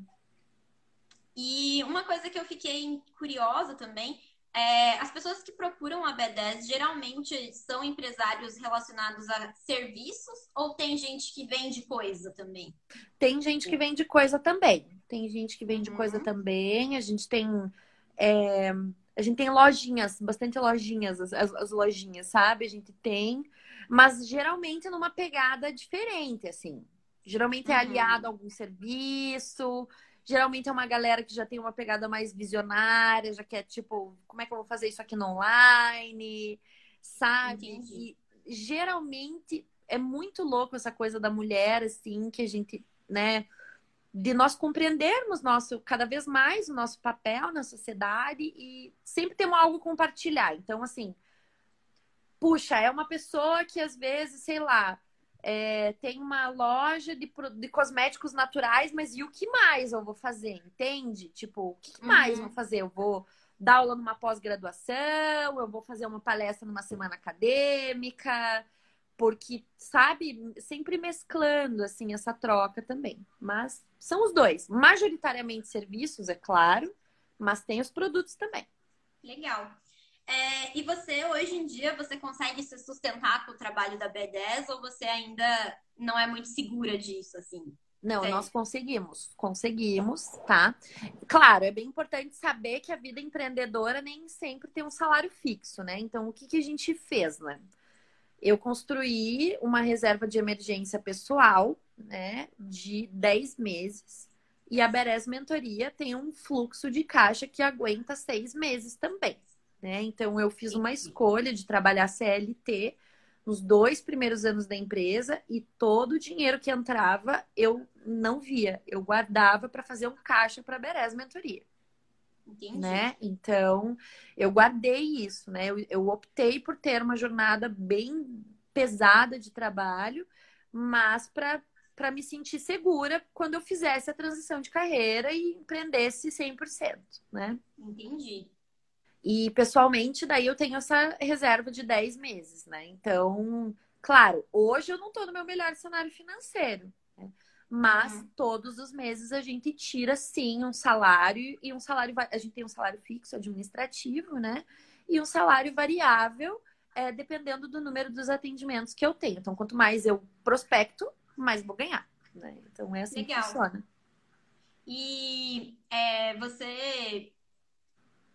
E uma coisa que eu fiquei curiosa também as pessoas que procuram a B10 geralmente são empresários relacionados a serviços ou tem gente que vende coisa também? Tem gente que vende coisa também. Tem gente que vende coisa Uhum, também. É, a gente tem lojinhas, bastante lojinhas, as lojinhas, sabe? A gente tem, mas geralmente numa pegada diferente, assim. Geralmente é aliado a uhum, algum serviço. Geralmente é uma galera que já tem uma pegada mais visionária, já quer, tipo, como é que eu vou fazer isso aqui no online, sabe? entendi. E geralmente é muito louco essa coisa da mulher, assim, que a gente, né, de nós compreendermos cada vez mais o nosso papel na sociedade e sempre temos algo a compartilhar. Então, assim, puxa, é uma pessoa que às vezes, sei lá, tem uma loja de cosméticos naturais, mas e o que mais eu vou fazer? Entende? Tipo, o que mais eu vou Uhum, fazer? Eu vou dar aula numa pós-graduação, eu vou fazer uma palestra numa semana acadêmica, porque, sabe, sempre mesclando assim essa troca também. Mas são os dois, majoritariamente serviços, é claro, mas tem os produtos também. legal. E você, hoje em dia, você consegue se sustentar com o trabalho da B10 ou você ainda não é muito segura disso, assim? Não, nós Você... conseguimos, tá? Claro, é bem importante saber que a vida empreendedora nem sempre tem um salário fixo, né? Então, o que que a gente fez, né? Eu construí uma reserva de emergência pessoal, né, de 10 meses. E a Beres Mentoria tem um fluxo de caixa que aguenta 6 meses também, né? Então, eu fiz uma Entendi. escolha de trabalhar CLT nos 2 primeiros anos da empresa e todo o dinheiro que entrava eu não via, eu guardava para fazer um caixa para a Beres Mentoria, Entendi. né? Então, eu guardei isso, né? Eu optei por ter uma jornada bem pesada de trabalho, mas para me sentir segura quando eu fizesse a transição de carreira e empreendesse 100%, né? Entendi. E pessoalmente, daí eu tenho essa reserva de 10 meses, né? Então, claro, hoje eu não estou no meu melhor cenário financeiro, né? Mas Uhum. todos os meses a gente tira sim um salário e um salário, a gente tem um salário fixo administrativo, né? E um salário variável, dependendo do número dos atendimentos que eu tenho. Então, quanto mais eu prospecto, mais vou ganhar, né? Então é assim que Legal. funciona. E você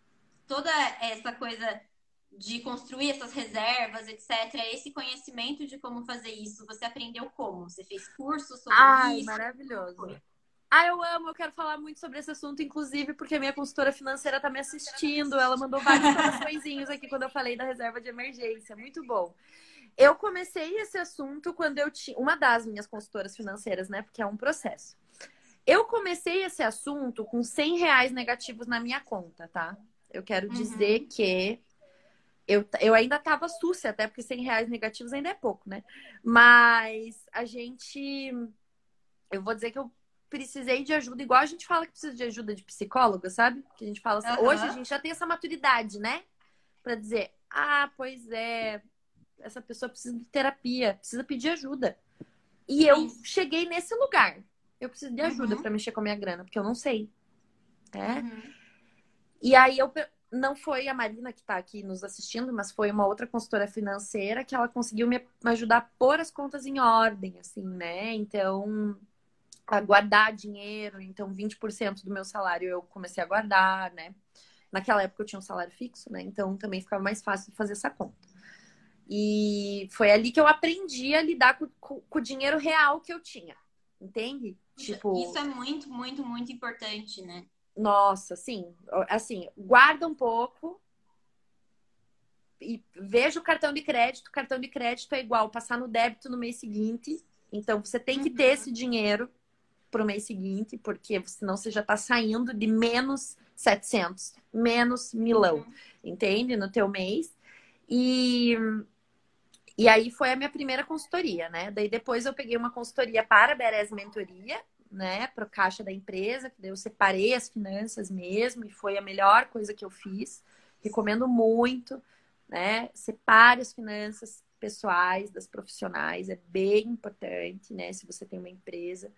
toda essa coisa de construir essas reservas, etc., esse conhecimento de como fazer isso, você aprendeu como? Você fez curso sobre Ai, isso? maravilhoso. Ah, eu amo, eu quero falar muito sobre esse assunto, inclusive porque a minha consultora financeira tá me assistindo. Ela mandou vários coraçõezinhos aqui quando eu falei da reserva de emergência. Muito bom. Eu comecei esse assunto quando eu tinha uma das minhas consultoras financeiras, né? Porque é um processo. Eu comecei esse assunto com R$ 100 negativos na minha conta, tá? Eu quero dizer que eu ainda tava súcia, até porque R$ 100 negativos ainda é pouco, né? Mas a gente. Eu vou dizer que eu precisei de ajuda, igual a gente fala que precisa de ajuda de psicóloga, sabe? Que a gente fala assim, hoje a gente já tem essa maturidade, né? Pra dizer, ah, pois é, essa pessoa precisa de terapia, precisa pedir ajuda. E eu cheguei nesse lugar. Eu preciso de ajuda pra mexer com a minha grana, porque eu não sei. Né? E aí não foi a Marina que tá aqui nos assistindo, mas foi uma outra consultora financeira que ela conseguiu me ajudar a pôr as contas em ordem, assim, né? Então, a guardar dinheiro. Então, 20% do meu salário eu comecei a guardar, né? Naquela época eu tinha um salário fixo, né? Então, também ficava mais fácil de fazer essa conta. E foi ali que eu aprendi a lidar com o dinheiro real que eu tinha. Entende? Isso é muito, muito, muito importante, né? Nossa, assim, guarda um pouco e veja o cartão de crédito. O cartão de crédito é igual passar no débito no mês seguinte. Então, você tem que ter esse dinheiro para o mês seguinte, porque senão você já está saindo de menos 700, menos milão, entende? No teu mês. E aí foi a minha primeira consultoria, né? Daí depois eu peguei uma consultoria para a Beres Mentoria, né? Para o caixa da empresa, que daí eu separei as finanças mesmo e foi a melhor coisa que eu fiz. Recomendo muito, né? Separe as finanças pessoais das profissionais, é bem importante, né? Se você tem uma empresa.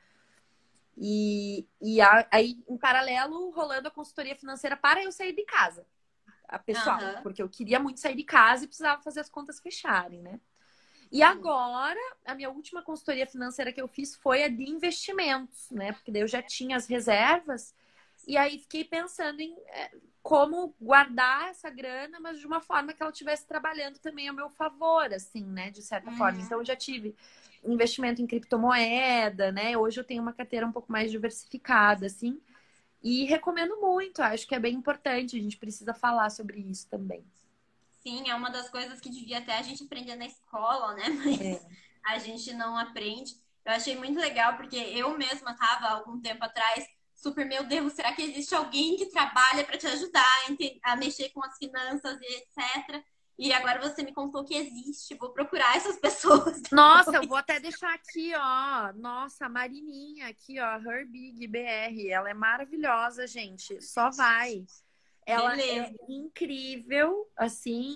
Aí, em paralelo, rolando a consultoria financeira para eu sair de casa, a pessoal, porque eu queria muito sair de casa e precisava fazer as contas fecharem, né? E agora, a minha última consultoria financeira que eu fiz foi a de investimentos, né? Porque daí eu já tinha as reservas e aí fiquei pensando em como guardar essa grana, mas de uma forma que ela estivesse trabalhando também a meu favor, assim, né? De certa forma. Então, eu já tive investimento em criptomoeda, né? Hoje eu tenho uma carteira um pouco mais diversificada, assim. E recomendo muito, acho que é bem importante, a gente precisa falar sobre isso também. Sim, é uma das coisas que devia até a gente aprender na escola, né? Mas a gente não aprende. Eu achei muito legal, porque eu mesma estava, algum tempo atrás, super, meu Deus, será que existe alguém que trabalha para te ajudar a mexer com as finanças e etc. E agora você me contou que existe, vou procurar essas pessoas. Nossa, eu vou até deixar aqui, ó. Nossa, a Marininha aqui, ó, Her Big BR. Ela é maravilhosa, gente. Só vai. Ela Beleza. é incrível, assim,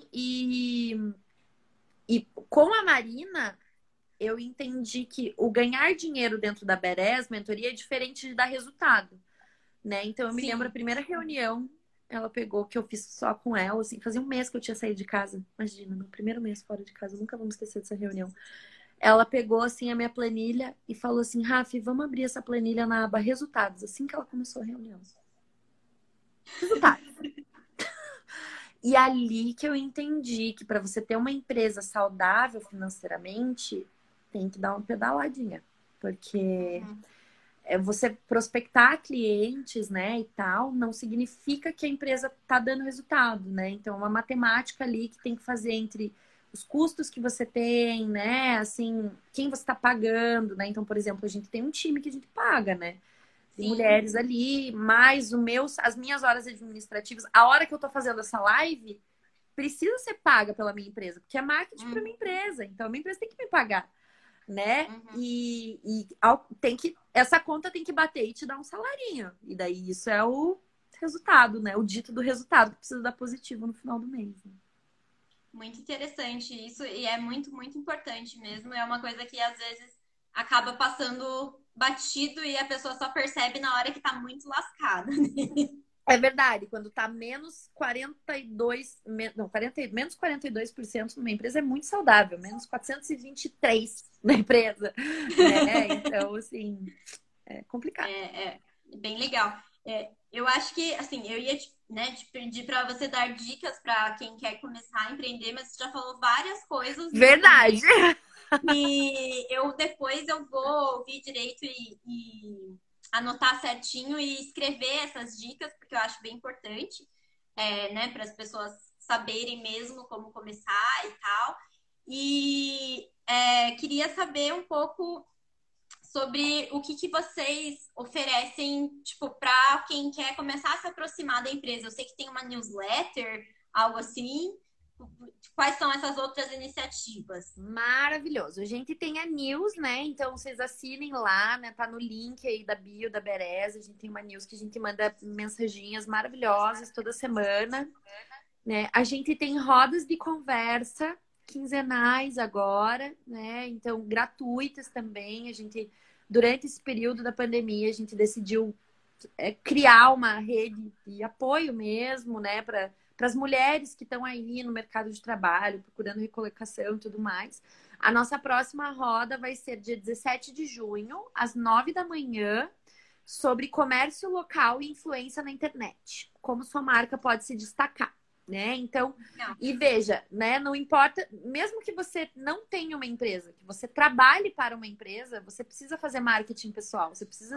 e com a Marina, eu entendi que o ganhar dinheiro dentro da Beres Mentoria é diferente de dar resultado, né? Então, eu me lembro a primeira reunião, ela pegou, que eu fiz só com ela, assim, fazia um mês que eu tinha saído de casa. Imagina, no primeiro mês fora de casa, eu nunca vou me esquecer dessa reunião. Ela pegou, assim, a minha planilha e falou assim, Rafi, vamos abrir essa planilha na aba resultados, assim que ela começou a reunião. Resultados. E ali que eu entendi que para você ter uma empresa saudável financeiramente, tem que dar uma pedaladinha. Porque você prospectar clientes, né, e tal, não significa que a empresa tá dando resultado, né? Então, uma matemática ali que tem que fazer entre os custos que você tem, né, assim, quem você está pagando, né? Então, por exemplo, a gente tem um time que a gente paga, né? De mulheres ali, mais as minhas horas administrativas, a hora que eu tô fazendo essa live, precisa ser paga pela minha empresa, porque é marketing para minha empresa, então a minha empresa tem que me pagar, né? Essa conta tem que bater e te dar um salarinho. E daí isso é o resultado, né? O dito do resultado que precisa dar positivo no final do mês. Né? Muito interessante isso, e é muito, muito importante mesmo. É uma coisa que às vezes acaba passando batido e a pessoa só percebe na hora que tá muito lascada. É verdade, quando tá menos 42, não, 40, menos 42% numa empresa é muito saudável, menos 423 na empresa, né? Então, assim, é complicado. Bem legal. Eu acho que, assim, eu ia te né, de pedir para você dar dicas para quem quer começar a empreender, mas você já falou várias coisas muito Verdade. legais. E depois eu vou ouvir direito e anotar certinho e escrever essas dicas, porque eu acho bem importante, né, para as pessoas saberem mesmo como começar e tal. E queria saber um pouco sobre o que vocês oferecem, tipo, para quem quer começar a se aproximar da empresa. Eu sei que tem uma newsletter, algo assim. Quais são essas outras iniciativas? Maravilhoso. A gente tem a news, né? Então vocês assinem lá, né? Tá no link aí da bio da Berez. A gente tem uma news que a gente manda mensaginhas maravilhosas toda semana, né? A gente tem rodas de conversa quinzenais agora, né? Então gratuitas também. A gente durante esse período da pandemia a gente decidiu criar uma rede de apoio mesmo, né? Para as mulheres que estão aí no mercado de trabalho, procurando recolocação e tudo mais. A nossa próxima roda vai ser dia 17 de junho, às 9 da manhã, sobre comércio local e influência na internet. Como sua marca pode se destacar, né? Então, Não. e veja, né? Não importa, mesmo que você não tenha uma empresa, que você trabalhe para uma empresa, você precisa fazer marketing pessoal, você precisa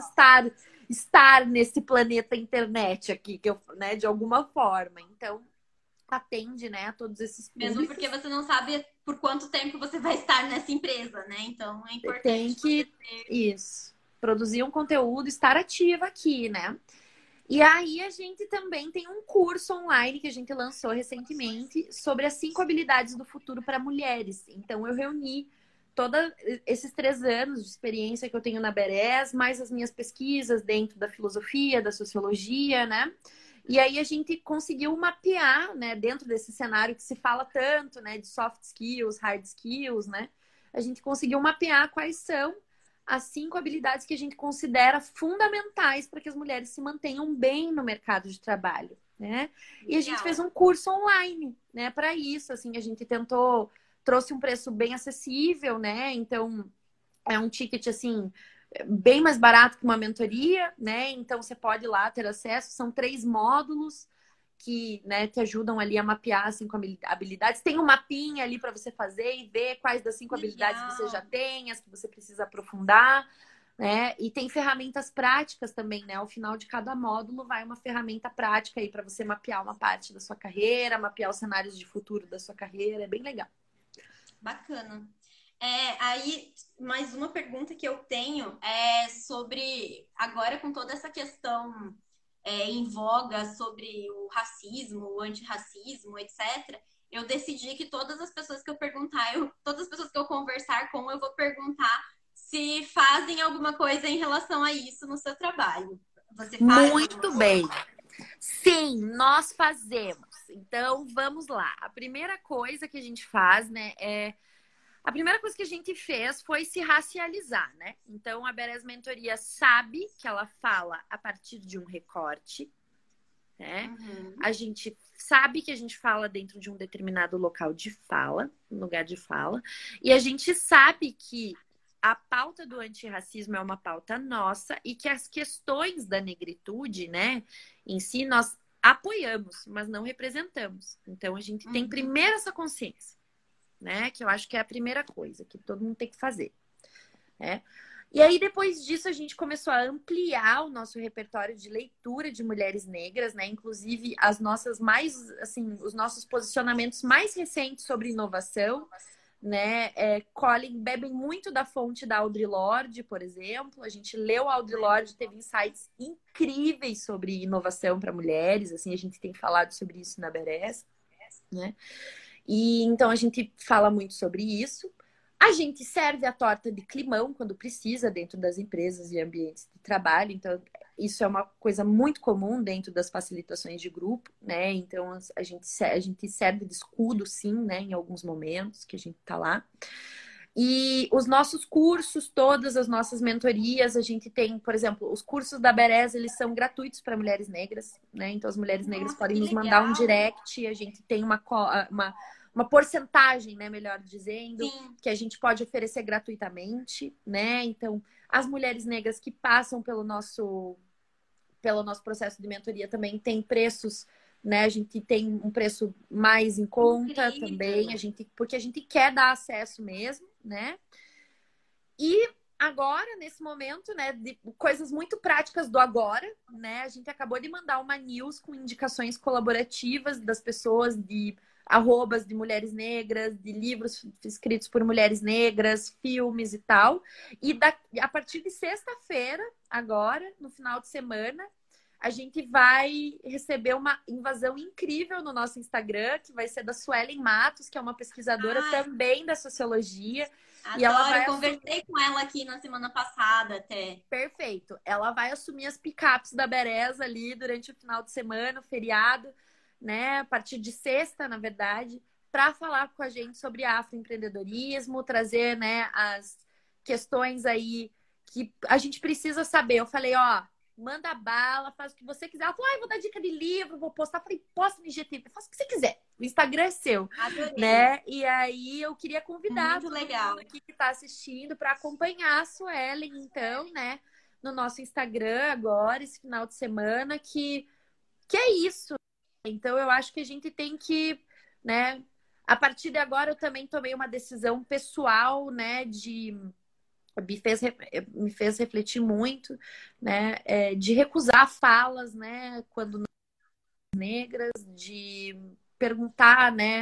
estar nesse planeta internet aqui, que eu, né, de alguma forma. Então, atende, né, a todos esses Mesmo públicos. porque você não sabe por quanto tempo você vai estar nessa empresa, né? Então é Tem importante você que, ter. isso, produzir um conteúdo, estar ativa aqui, né? E aí a gente também tem um curso online que a gente lançou recentemente sobre as 5 habilidades do futuro para mulheres. Então eu reuni todos esses 3 anos de experiência que eu tenho na Berez, mais as minhas pesquisas dentro da filosofia, da sociologia, né? E aí a gente conseguiu mapear, né, dentro desse cenário que se fala tanto, né, de soft skills, hard skills, né? A gente conseguiu mapear quais são as 5 habilidades que a gente considera fundamentais para que as mulheres se mantenham bem no mercado de trabalho, né? E a gente fez um curso online, né, para isso, assim, a gente trouxe um preço bem acessível, né? Então, é um ticket, assim, bem mais barato que uma mentoria, né? Então, você pode ir lá ter acesso, são 3 módulos que, né, te ajudam ali a mapear as 5 habilidades. Tem um mapinha ali para você fazer e ver quais das 5 habilidades você já tem, as que você precisa aprofundar, né? E tem ferramentas práticas também, né? Ao final de cada módulo vai uma ferramenta prática aí para você mapear uma parte da sua carreira, mapear os cenários de futuro da sua carreira, é bem legal. Bacana. Aí, mais uma pergunta que eu tenho é sobre, agora com toda essa questão em voga sobre o racismo, o antirracismo, etc., eu decidi que todas as pessoas que eu perguntar, todas as pessoas que eu conversar com, eu vou perguntar se fazem alguma coisa em relação a isso no seu trabalho. Você faz alguma Muito coisa? bem. Sim, nós fazemos. Então, vamos lá. A primeira coisa que a gente faz, né, a primeira coisa que a gente fez foi se racializar, né? Então, a Berez Mentoria sabe que ela fala a partir de um recorte, né? Uhum. A gente sabe que a gente fala dentro de um determinado local de fala, lugar de fala, e a gente sabe que a pauta do antirracismo é uma pauta nossa e que as questões da negritude, né, em si, nós apoiamos, mas não representamos. Então, a gente tem primeiro essa consciência, né, que eu acho que é a primeira coisa que todo mundo tem que fazer, né? E aí, depois disso, a gente começou a ampliar o nosso repertório de leitura de mulheres negras, né? Inclusive, as nossas mais, assim, os nossos posicionamentos mais recentes sobre inovação, né? Bebem muito da fonte da Audre Lorde, por exemplo. A gente leu a Audre Lorde, teve insights incríveis sobre inovação para mulheres, assim, a gente tem falado sobre isso na Berez, né? E então a gente fala muito sobre isso. A gente serve a torta de climão quando precisa dentro das empresas e ambientes de trabalho. Então, isso é uma coisa muito comum dentro das facilitações de grupo, né? Então, a gente serve de escudo, sim, né? Em alguns momentos que a gente tá lá. E os nossos cursos, todas as nossas mentorias, a gente tem, por exemplo, os cursos da Berez, eles são gratuitos para mulheres negras, né? Então, as mulheres negras podem nos mandar um direct, a gente tem uma porcentagem, né, melhor dizendo, Sim. que a gente pode oferecer gratuitamente, né? Então, as mulheres negras que passam pelo nosso processo de mentoria também têm preços né? A gente tem um preço mais em conta Incrível. também, porque a gente quer dar acesso mesmo, né? E agora, nesse momento, né, de coisas muito práticas do agora, né? A gente acabou de mandar uma news com indicações colaborativas das pessoas, de arrobas de mulheres negras, de livros escritos por mulheres negras, filmes e tal. E a partir de sexta-feira, agora, no final de semana, a gente vai receber uma invasão incrível no nosso Instagram, que vai ser da Suelen Matos, que é uma pesquisadora também da sociologia. Adoro, e ela vai conversei com ela aqui na semana passada até. Perfeito. Ela vai assumir as picapes da Bereza ali durante o final de semana, o feriado, né? A partir de sexta, na verdade, para falar com a gente sobre afroempreendedorismo, trazer, né, as questões aí que a gente precisa saber. Eu falei, ó, manda bala, faz o que você quiser. Ela falou, vou dar dica de livro, vou postar. Eu falei, posta no IGTV, faça o que você quiser. O Instagram é seu. Adorei. Né? E aí eu queria convidar todo mundo aqui que está assistindo para acompanhar a Suelen, então, né? No nosso Instagram agora, esse final de semana, que é isso. Então, eu acho que a gente tem que, né? A partir de agora, eu também tomei uma decisão pessoal, né? Me fez refletir muito, né? De recusar falas, né? Quando negras, de perguntar, né?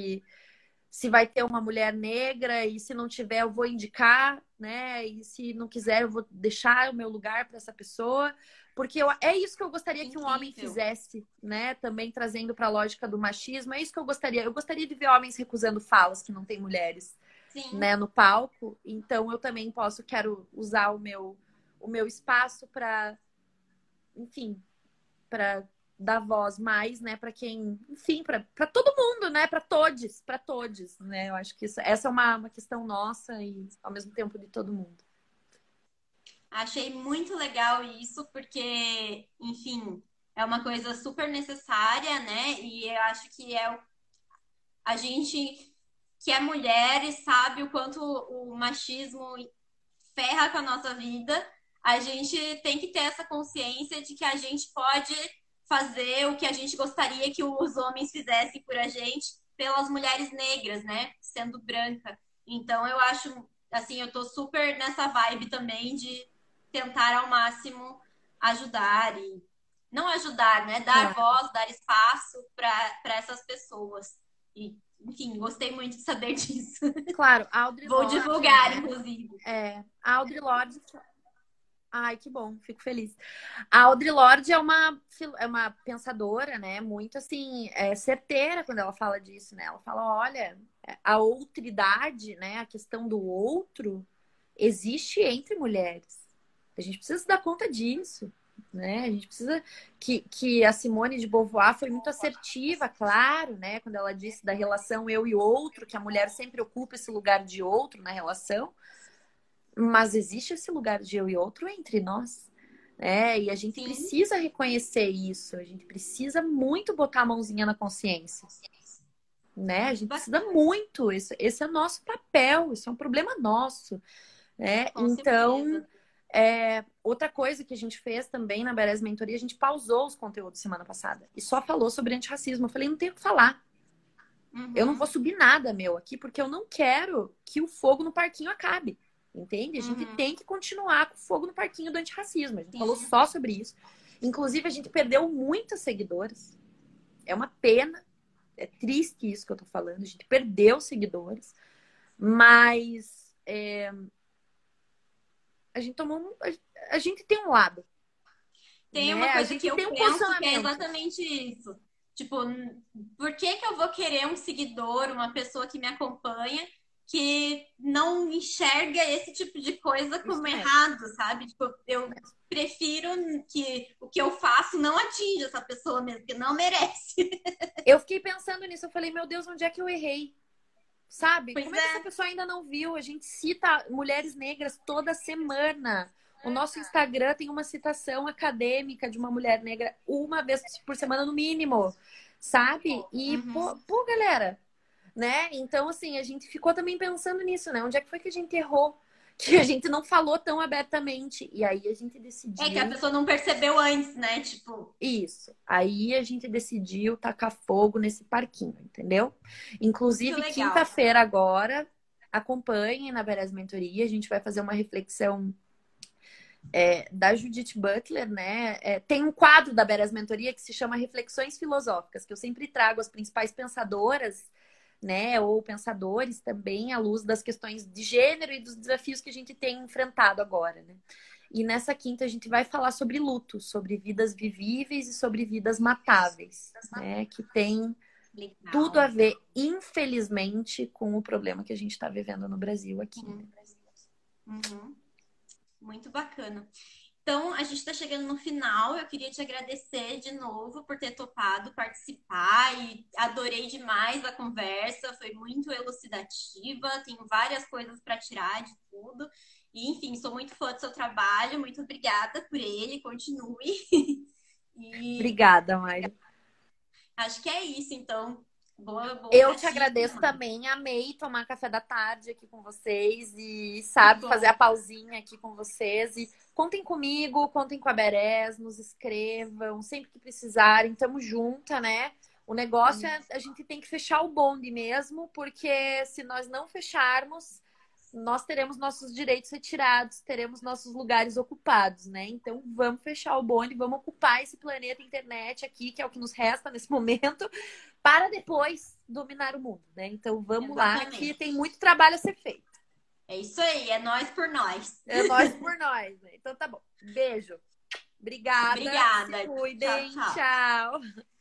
Se vai ter uma mulher negra e se não tiver, eu vou indicar, né? E se não quiser, eu vou deixar o meu lugar para essa pessoa. Porque é isso que eu gostaria que um homem fizesse, né? Também trazendo para a lógica do machismo. É isso que eu gostaria. Eu gostaria de ver homens recusando falas que não tem mulheres, né, no palco. Então, eu também quero usar o meu espaço para, enfim, para dar voz mais, né, para quem, enfim, para todo mundo, né, para todos, né? Eu acho que essa é uma questão nossa e ao mesmo tempo de todo mundo. Achei muito legal isso, porque, enfim, é uma coisa super necessária, né? E eu acho que a gente que é mulher e sabe o quanto o machismo ferra com a nossa vida, a gente tem que ter essa consciência de que a gente pode fazer o que a gente gostaria que os homens fizessem por a gente pelas mulheres negras, né? Sendo branca. Então eu acho, assim, eu tô super nessa vibe também de tentar ao máximo ajudar e não ajudar, né? Dar voz, dar espaço para essas pessoas. E, enfim, gostei muito de saber disso. Claro, a Audre Vou Lorde, divulgar, né? inclusive. A Audre Lorde. Ai, que bom, fico feliz. A Audre Lorde é uma pensadora, né? Muito assim, certeira quando ela fala disso, né? Ela fala, olha, a outridade, né? A questão do outro existe entre mulheres. A gente precisa dar conta disso, né? A gente precisa que a Simone de Beauvoir foi muito assertiva, claro, né? Quando ela disse da relação eu e outro, que a mulher sempre ocupa esse lugar de outro na relação. Mas existe esse lugar de eu e outro entre nós, né? E a gente precisa reconhecer isso. A gente precisa muito botar a mãozinha na consciência, né? A gente precisa muito. Esse é o nosso papel. Isso é um problema nosso, né? Então, outra coisa que a gente fez também na Berez Mentoria, a gente pausou os conteúdos semana passada e só falou sobre antirracismo. Eu falei, não tenho o que falar. Eu não vou subir nada meu aqui porque eu não quero que o fogo no parquinho acabe. Entende? A gente tem que continuar com o fogo no parquinho do antirracismo. A gente falou só sobre isso. Inclusive, a gente perdeu muitas seguidoras. É uma pena. É triste isso que eu tô falando. A gente perdeu seguidores. Mas a gente tomou. A gente tem um lado. Tem uma coisa que eu penso que é exatamente isso. Tipo, por que eu vou querer um seguidor, uma pessoa que me acompanha, que não enxerga esse tipo de coisa como errado, sabe? Tipo, eu prefiro que o que eu faço não atinja essa pessoa mesmo, que não merece. Eu fiquei pensando nisso, eu falei, meu Deus, onde é que eu errei? Sabe? Como é que essa pessoa ainda não viu? A gente cita mulheres negras toda semana. O nosso Instagram tem uma citação acadêmica de uma mulher negra uma vez por semana, no mínimo. Sabe? E, pô, galera, né? Então, assim, a gente ficou também pensando nisso, né? Onde é que foi que a gente errou? que a gente não falou tão abertamente. E aí a gente É que a decidiu. pessoa não percebeu antes, né? Tipo, Isso. Aí a gente decidiu tacar fogo nesse parquinho, entendeu? muito Inclusive, legal. quinta-feira agora, acompanhem na Berez Mentoria. A gente vai fazer uma reflexão da Judith Butler, né? Tem um quadro da Berez Mentoria que se chama Reflexões Filosóficas, que eu sempre trago as principais pensadoras, né? Ou pensadores também, à luz das questões de gênero e dos desafios que a gente tem enfrentado agora, né? E nessa quinta a gente vai falar sobre luto, sobre vidas vivíveis e sobre vidas matáveis, né? Que tem tudo a Legal. ver, infelizmente, com o problema que a gente está vivendo no Brasil aqui. Né? Uhum. Muito bacana. Então, a gente está chegando no final. Eu queria te agradecer de novo por ter topado participar e adorei demais a conversa. Foi muito elucidativa. Tenho várias coisas para tirar de tudo. E, enfim, sou muito fã do seu trabalho. Muito obrigada por ele. Continue. E Obrigada, Mayra. acho que é isso. Então, bom Eu te restinho de agradeço semana. também. Amei tomar café da tarde aqui com vocês e, Que sabe, fazer a bom. pausinha aqui com vocês. E contem comigo, contem com a Berez, nos escrevam, sempre que precisarem. Tamo junta, né? O negócio é a gente tem que fechar o bonde mesmo, porque se nós não fecharmos, nós teremos nossos direitos retirados, teremos nossos lugares ocupados, né? Então vamos fechar o bonde, vamos ocupar esse planeta internet aqui, que é o que nos resta nesse momento, para depois dominar o mundo, né? Então vamos lá, que Exatamente. tem muito trabalho a ser feito. É isso aí. É nós por nós. É nós por nós, né? Então tá bom. Beijo. Obrigada. Se Obrigada. Tchau, cuidem. tchau. Tchau.